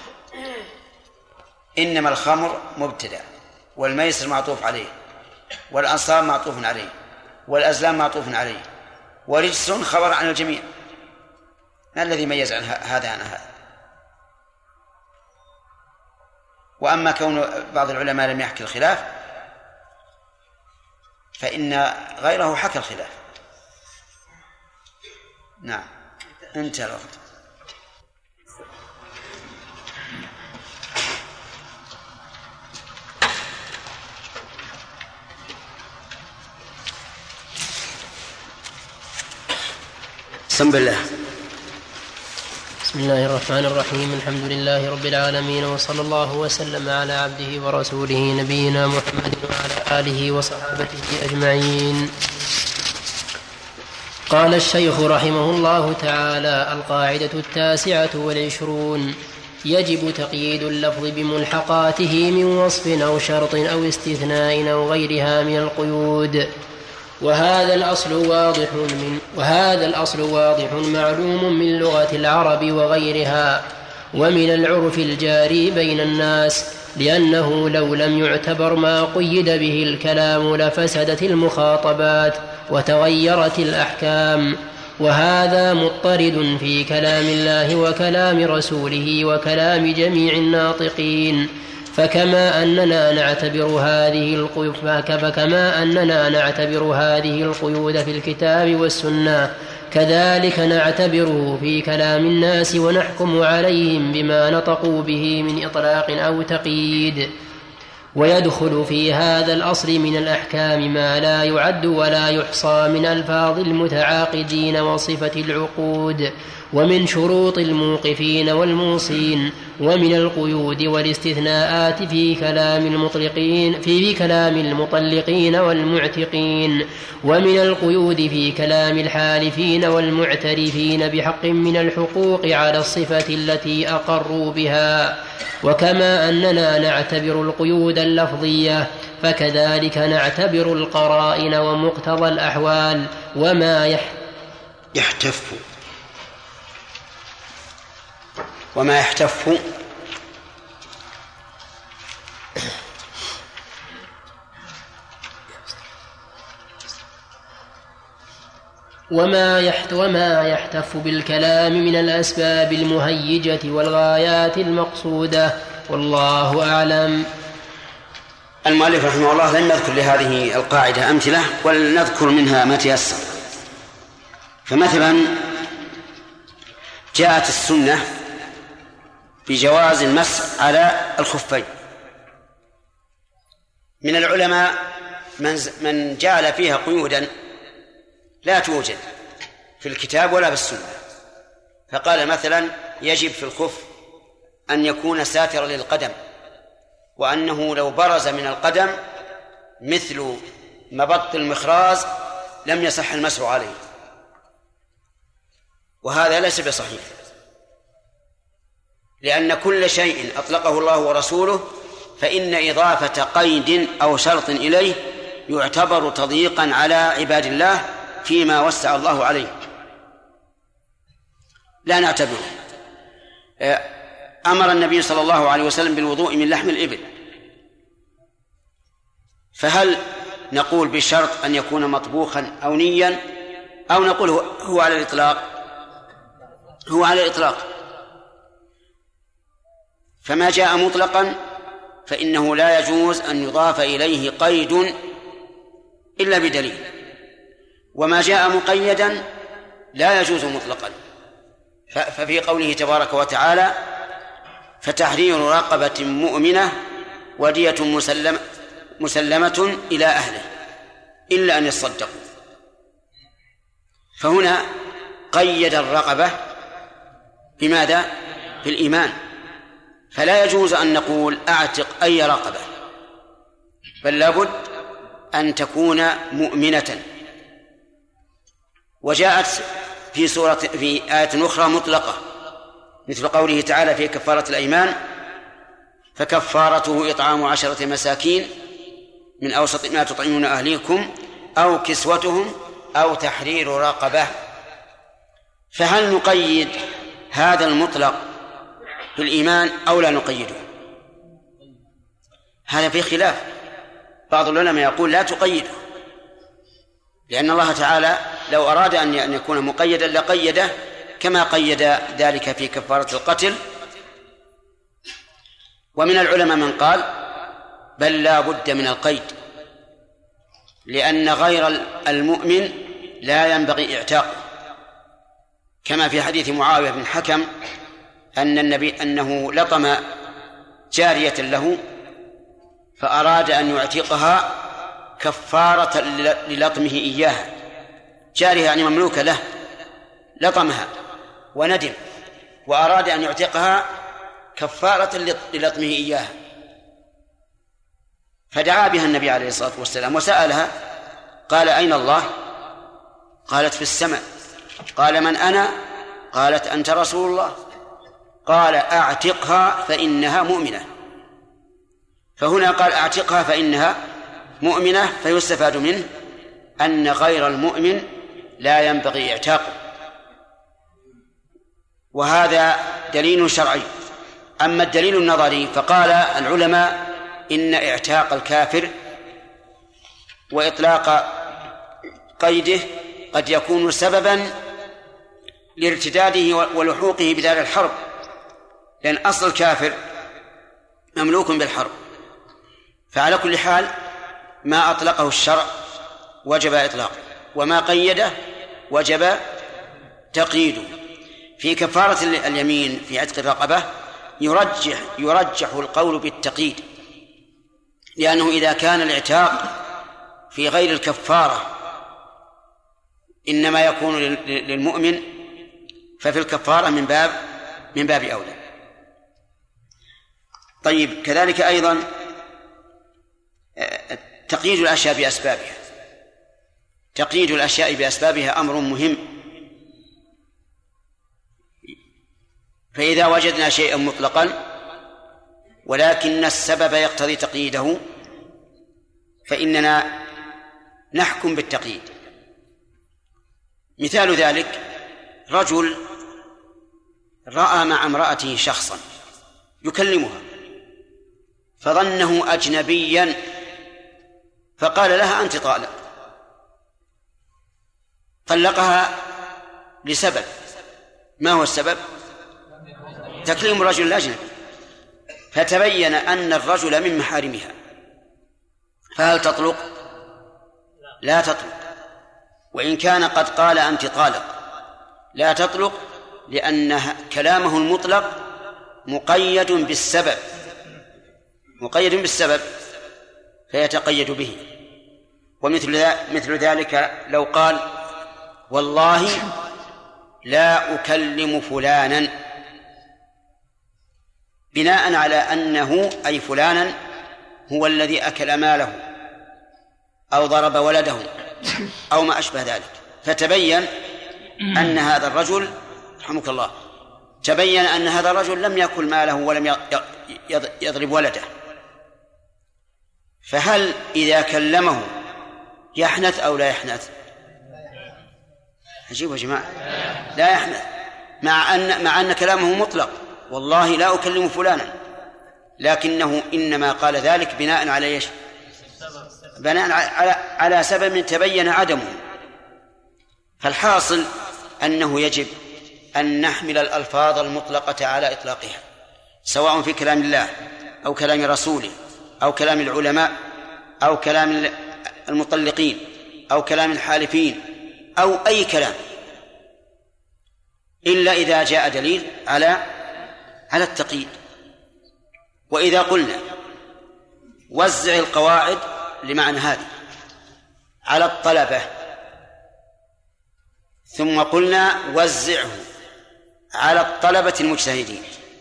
إنما الخمر مبتدأ، والميسر معطوف عليه، والأنصاب معطوف عليه، والأزلام معطوف عليه، ورجس خبر عن الجميع. ما الذي ميز عن هذا عن هذا؟ وأما كون بعض العلماء لم يحكي الخلاف فإن غيره حكى الخلاف. نعم. انتهى الوقت. بسم الله. بسم الله الرحمن الرحيم. الحمد لله رب العالمين، وصلى الله وسلم على عبده ورسوله نبينا محمد وعلى آله وصحابته أجمعين. قال الشيخ رحمه الله تعالى: القاعدة 29: يجب تقييد اللفظ بملحقاته من وصف أو شرط أو استثناء أو غيرها من القيود، وهذا الأصل واضح معلوم من لغة العرب وغيرها ومن العرف الجاري بين الناس، لأنه لو لم يعتبر ما قيد به الكلام لفسدت المخاطبات وتغيرت الأحكام، وهذا مضطرد في كلام الله وكلام رسوله وكلام جميع الناطقين. فكما أننا نعتبر هذه القيود في الكتاب والسنة، كذلك نعتبره في كلام الناس ونحكم عليهم بما نطقوا به من إطلاق أو تقييد. ويدخل في هذا الأصل من الأحكام ما لا يعد ولا يحصى من ألفاظ المتعاقدين وصفة العقود، ومن شروط الموقفين والموصين، ومن القيود والاستثناءات في كلام المطلقين والمعتقين، ومن القيود في كلام الحالفين والمعترفين بحق من الحقوق على الصفة التي أقروا بها. وكما أننا نعتبر القيود اللفظية فكذلك نعتبر القرائن ومقتضى الأحوال وما يحتف بالكلام من الأسباب المهيجة والغايات المقصودة، والله أعلم. المؤلف رحمه الله لم يذكر لهذه القاعدة أمثلة، ولنذكر منها ما تيسر. فمثلا جاءت السنة بجواز المسح على الخفين. من العلماء من جعل فيها قيودا لا توجد في الكتاب ولا في السنة، فقال مثلا يجب في الخف أن يكون ساترا للقدم، وأنه لو برز من القدم مثل مبط المخراز لم يصح المسح عليه، وهذا ليس بصحيح، لأن كل شيء أطلقه الله ورسوله فإن إضافة قيد أو شرط إليه يعتبر تضييقا على عباد الله فيما وسع الله عليه، لا نعتبره. أمر النبي صلى الله عليه وسلم بالوضوء من لحم الإبل، فهل نقول بشرط أن يكون مطبوخا أو نيا، أو نقول هو على الإطلاق؟ هو على الإطلاق. فما جاء مطلقا فإنه لا يجوز أن يضاف إليه قيد إلا بدليل، وما جاء مقيدا لا يجوز مطلقا. ففي قوله تبارك وتعالى فتحرير رقبة مؤمنة ودية مسلمة إلى أهله إلا أن يصدقوا، فهنا قيد الرقبة بماذا؟ بالإيمان، فلا يجوز أن نقول أعتق أي رقبة، بل لابد أن تكون مؤمنة. وجاءت في آية أخرى مطلقة مثل قوله تعالى في كفارة الأيمان فكفارته إطعام 10 مساكين من أوسط ما تطعمون أهليكم أو كسوتهم أو تحرير رقبة. فهل نقيد هذا المطلق بالإيمان أو لا نقيده؟ هذا في خلاف. بعض العلماء يقول لا تقيده، لأن الله تعالى لو أراد أن يكون مقيدا لقيده كما قيد ذلك في كفارة القتل. ومن العلماء من قال بل لا بد من القيد، لأن غير المؤمن لا ينبغي اعتاقه، كما في حديث معاوية بن حكم أنه لطم جارية له فأراد أن يعتقها كفارة للطمه إياها. جارية يعني مملوكة له، لطمها وندم وأراد أن يعتقها كفارة للطمه إياها، فدعا بها النبي عليه الصلاة والسلام وسألها قال أين الله؟ قالت في السماء. قال من أنا؟ قالت أنت رسول الله. قال أعتقها فإنها مؤمنة. فهنا قال أعتقها فإنها مؤمنة، فيستفاد منه أن غير المؤمن لا ينبغي اعتاقه، وهذا دليل شرعي. أما الدليل النظري فقال العلماء إن اعتاق الكافر وإطلاق قيده قد يكون سببا لارتداده ولحوقه بدار الحرب، لأن أصل الكافر مملوك بالحرب. فعلى كل حال ما أطلقه الشرع وجب إطلاقه، وما قيده وجب تقييده. في كفارة اليمين في عتق الرقبة يرجح القول بالتقييد، لأنه إذا كان الاعتاق في غير الكفارة إنما يكون للمؤمن، ففي الكفارة من باب أولى. طيب، كذلك أيضا تقييد الأشياء بأسبابها. تقييد الأشياء بأسبابها أمر مهم، فإذا وجدنا شيئا مطلقا ولكن السبب يقتضي تقييده فإننا نحكم بالتقييد. مثال ذلك رجل رأى مع امرأته شخصا يكلمها فظنه أجنبيا فقال لها أنت طالق، طلقها لسبب. ما هو السبب؟ تكليم الرجل الأجنبي، فتبين أن الرجل من محارمها، فهل تطلق؟ لا تطلق. وإن كان قد قال أنت طالق لا تطلق، لأن كلامه المطلق مقيد بالسبب فيتقيد به. ومثل ذلك لو قال والله لا أكلم فلانا، بناء على أنه أي فلانا هو الذي أكل ماله أو ضرب ولده أو ما أشبه ذلك، فتبين أن هذا الرجل رحمك الله تبين أن هذا الرجل لم يأكل ماله ولم يضرب ولده، فهل إذا كلمه يحنث أو لا يحنث؟ عجيب يا جماعة، لا يحنث، مع أن كلامه مطلق والله لا أكلم فلانا، لكنه إنما قال ذلك بناء على إيش؟ بناء على سبب تبين عدمه. فالحاصل أنه يجب أن نحمل الألفاظ المطلقة على إطلاقها، سواء في كلام الله أو كلام رسوله أو كلام العلماء أو كلام المطلقين أو كلام الحالفين أو أي كلام، إلا إذا جاء دليل على التقييد. وإذا قلنا وزع القواعد لمعنى هذه على الطلبة، ثم قلنا وزعه على الطلبة المجتهدين،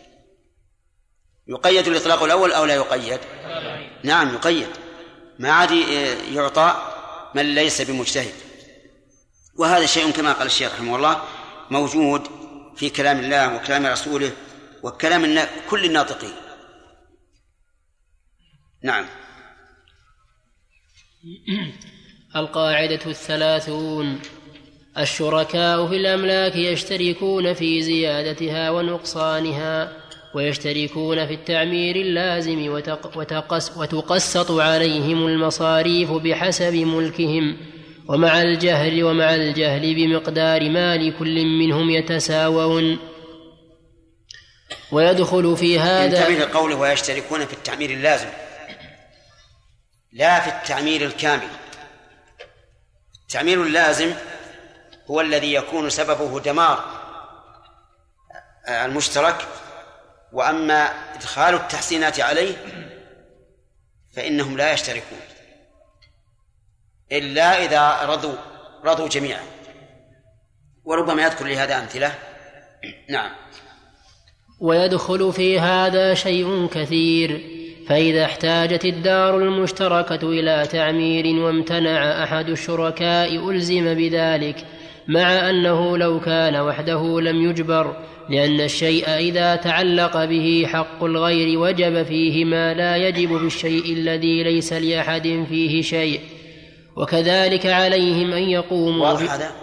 يقيد الإطلاق الأول أو لا يقيد؟ نعم يقيد، ما عاد يعطى من ليس بمجتهد. وهذا شيء كما قال الشيخ رحمه الله موجود في كلام الله وكلام رسوله وكلام كل الناطقين. نعم. القاعدة 30: الشركاء في الأملاك يشتركون في زيادتها ونقصانها، ويشتركون في التعمير اللازم، وتقسط عليهم المصاريف بحسب ملكهم، ومع الجهل بمقدار ما لكل منهم يتساوون. ويدخل في هذا انتبه لقوله ويشتركون في التعمير اللازم، لا في التعمير الكامل. التعمير اللازم هو الذي يكون سببه دمار المشترك، وأما إدخال التحسينات عليه فإنهم لا يشتركون إلا إذا رضوا جميعا، وربما يذكر لهذا أمثلة. نعم. ويدخل في هذا شيء كثير، فإذا احتاجت الدار المشتركة إلى تعمير وامتنع أحد الشركاء ألزم بذلك، مع أنه لو كان وحده لم يجبر، لأن الشيء إذا تعلق به حق الغير وجب فيه ما لا يجب بالشيء الذي ليس لأحد فيه شيء. وكذلك عليهم أن يقوموا هذا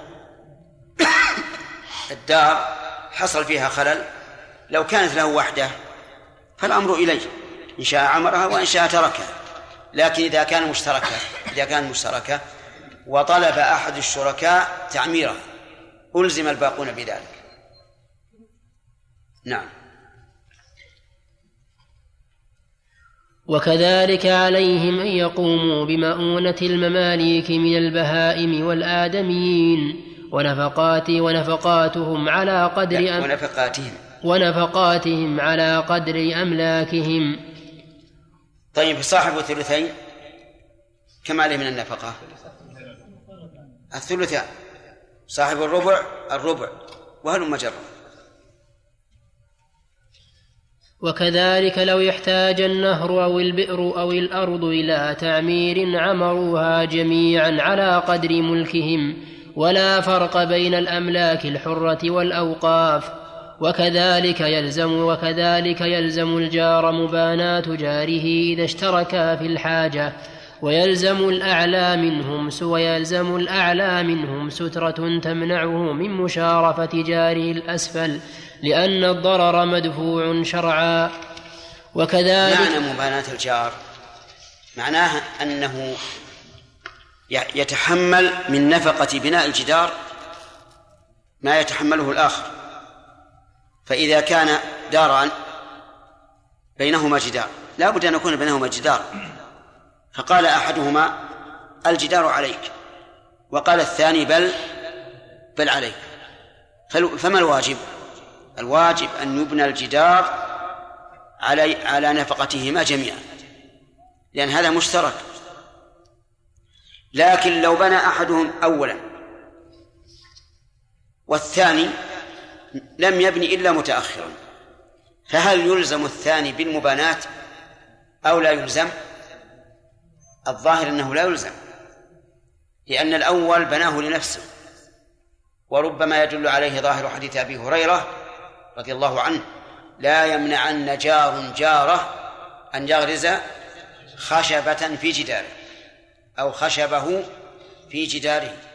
الدار حصل فيها خلل، لو كانت له وحده فالأمر إليه، إن شاء عمرها وإن شاء تركها. لكن إذا كان مشتركة وطلب أحد الشركاء تعميرها ألزم الباقون بذلك. نعم. وكذلك عليهم أن يقوموا بمؤونة المماليك من البهائم والآدميين ونفقاتهم على قدر أملاكهم. طيب، صاحب الثلثين كم عليه من النفقة؟ الثلثان. صاحب الربع وهل مجرد. وكذلك لو يحتاج النهر أو البئر أو الأرض إلى تعمير عمروها جميعا على قدر ملكهم، ولا فرق بين الأملاك الحرة والأوقاف. وكذلك يلزم الجار مباناة جاره إذا اشتركا في الحاجة، ويلزم الأعلى منهم سترة تمنعه من مشارفة جاره الأسفل، لأن الضرر مدفوع شرعا. وكذلك معنى مباناة الجار معناها أنه يتحمل من نفقة بناء الجدار ما يتحمله الآخر. فإذا كان داران بينهما جدار لا بد أن يكون بينهما جدار، فقال أحدهما الجدار عليك، وقال الثاني بل عليك، فما الواجب؟ الواجب أن يبنى الجدار على نفقتهما جميعا، لأن هذا مشترك. لكن لو بنى أحدهم أولا والثاني لم يبني إلا متأخرا، فهل يلزم الثاني بالمباناة أو لا يلزم؟ الظاهر أنه لا يلزم، لأن الأول بناه لنفسه، وربما يدل عليه ظاهر حديث أبي هريرة رضي الله عنه: لا يمنعن جار جاره أن يغرز خشبة في جداره أو خشبه في جداره.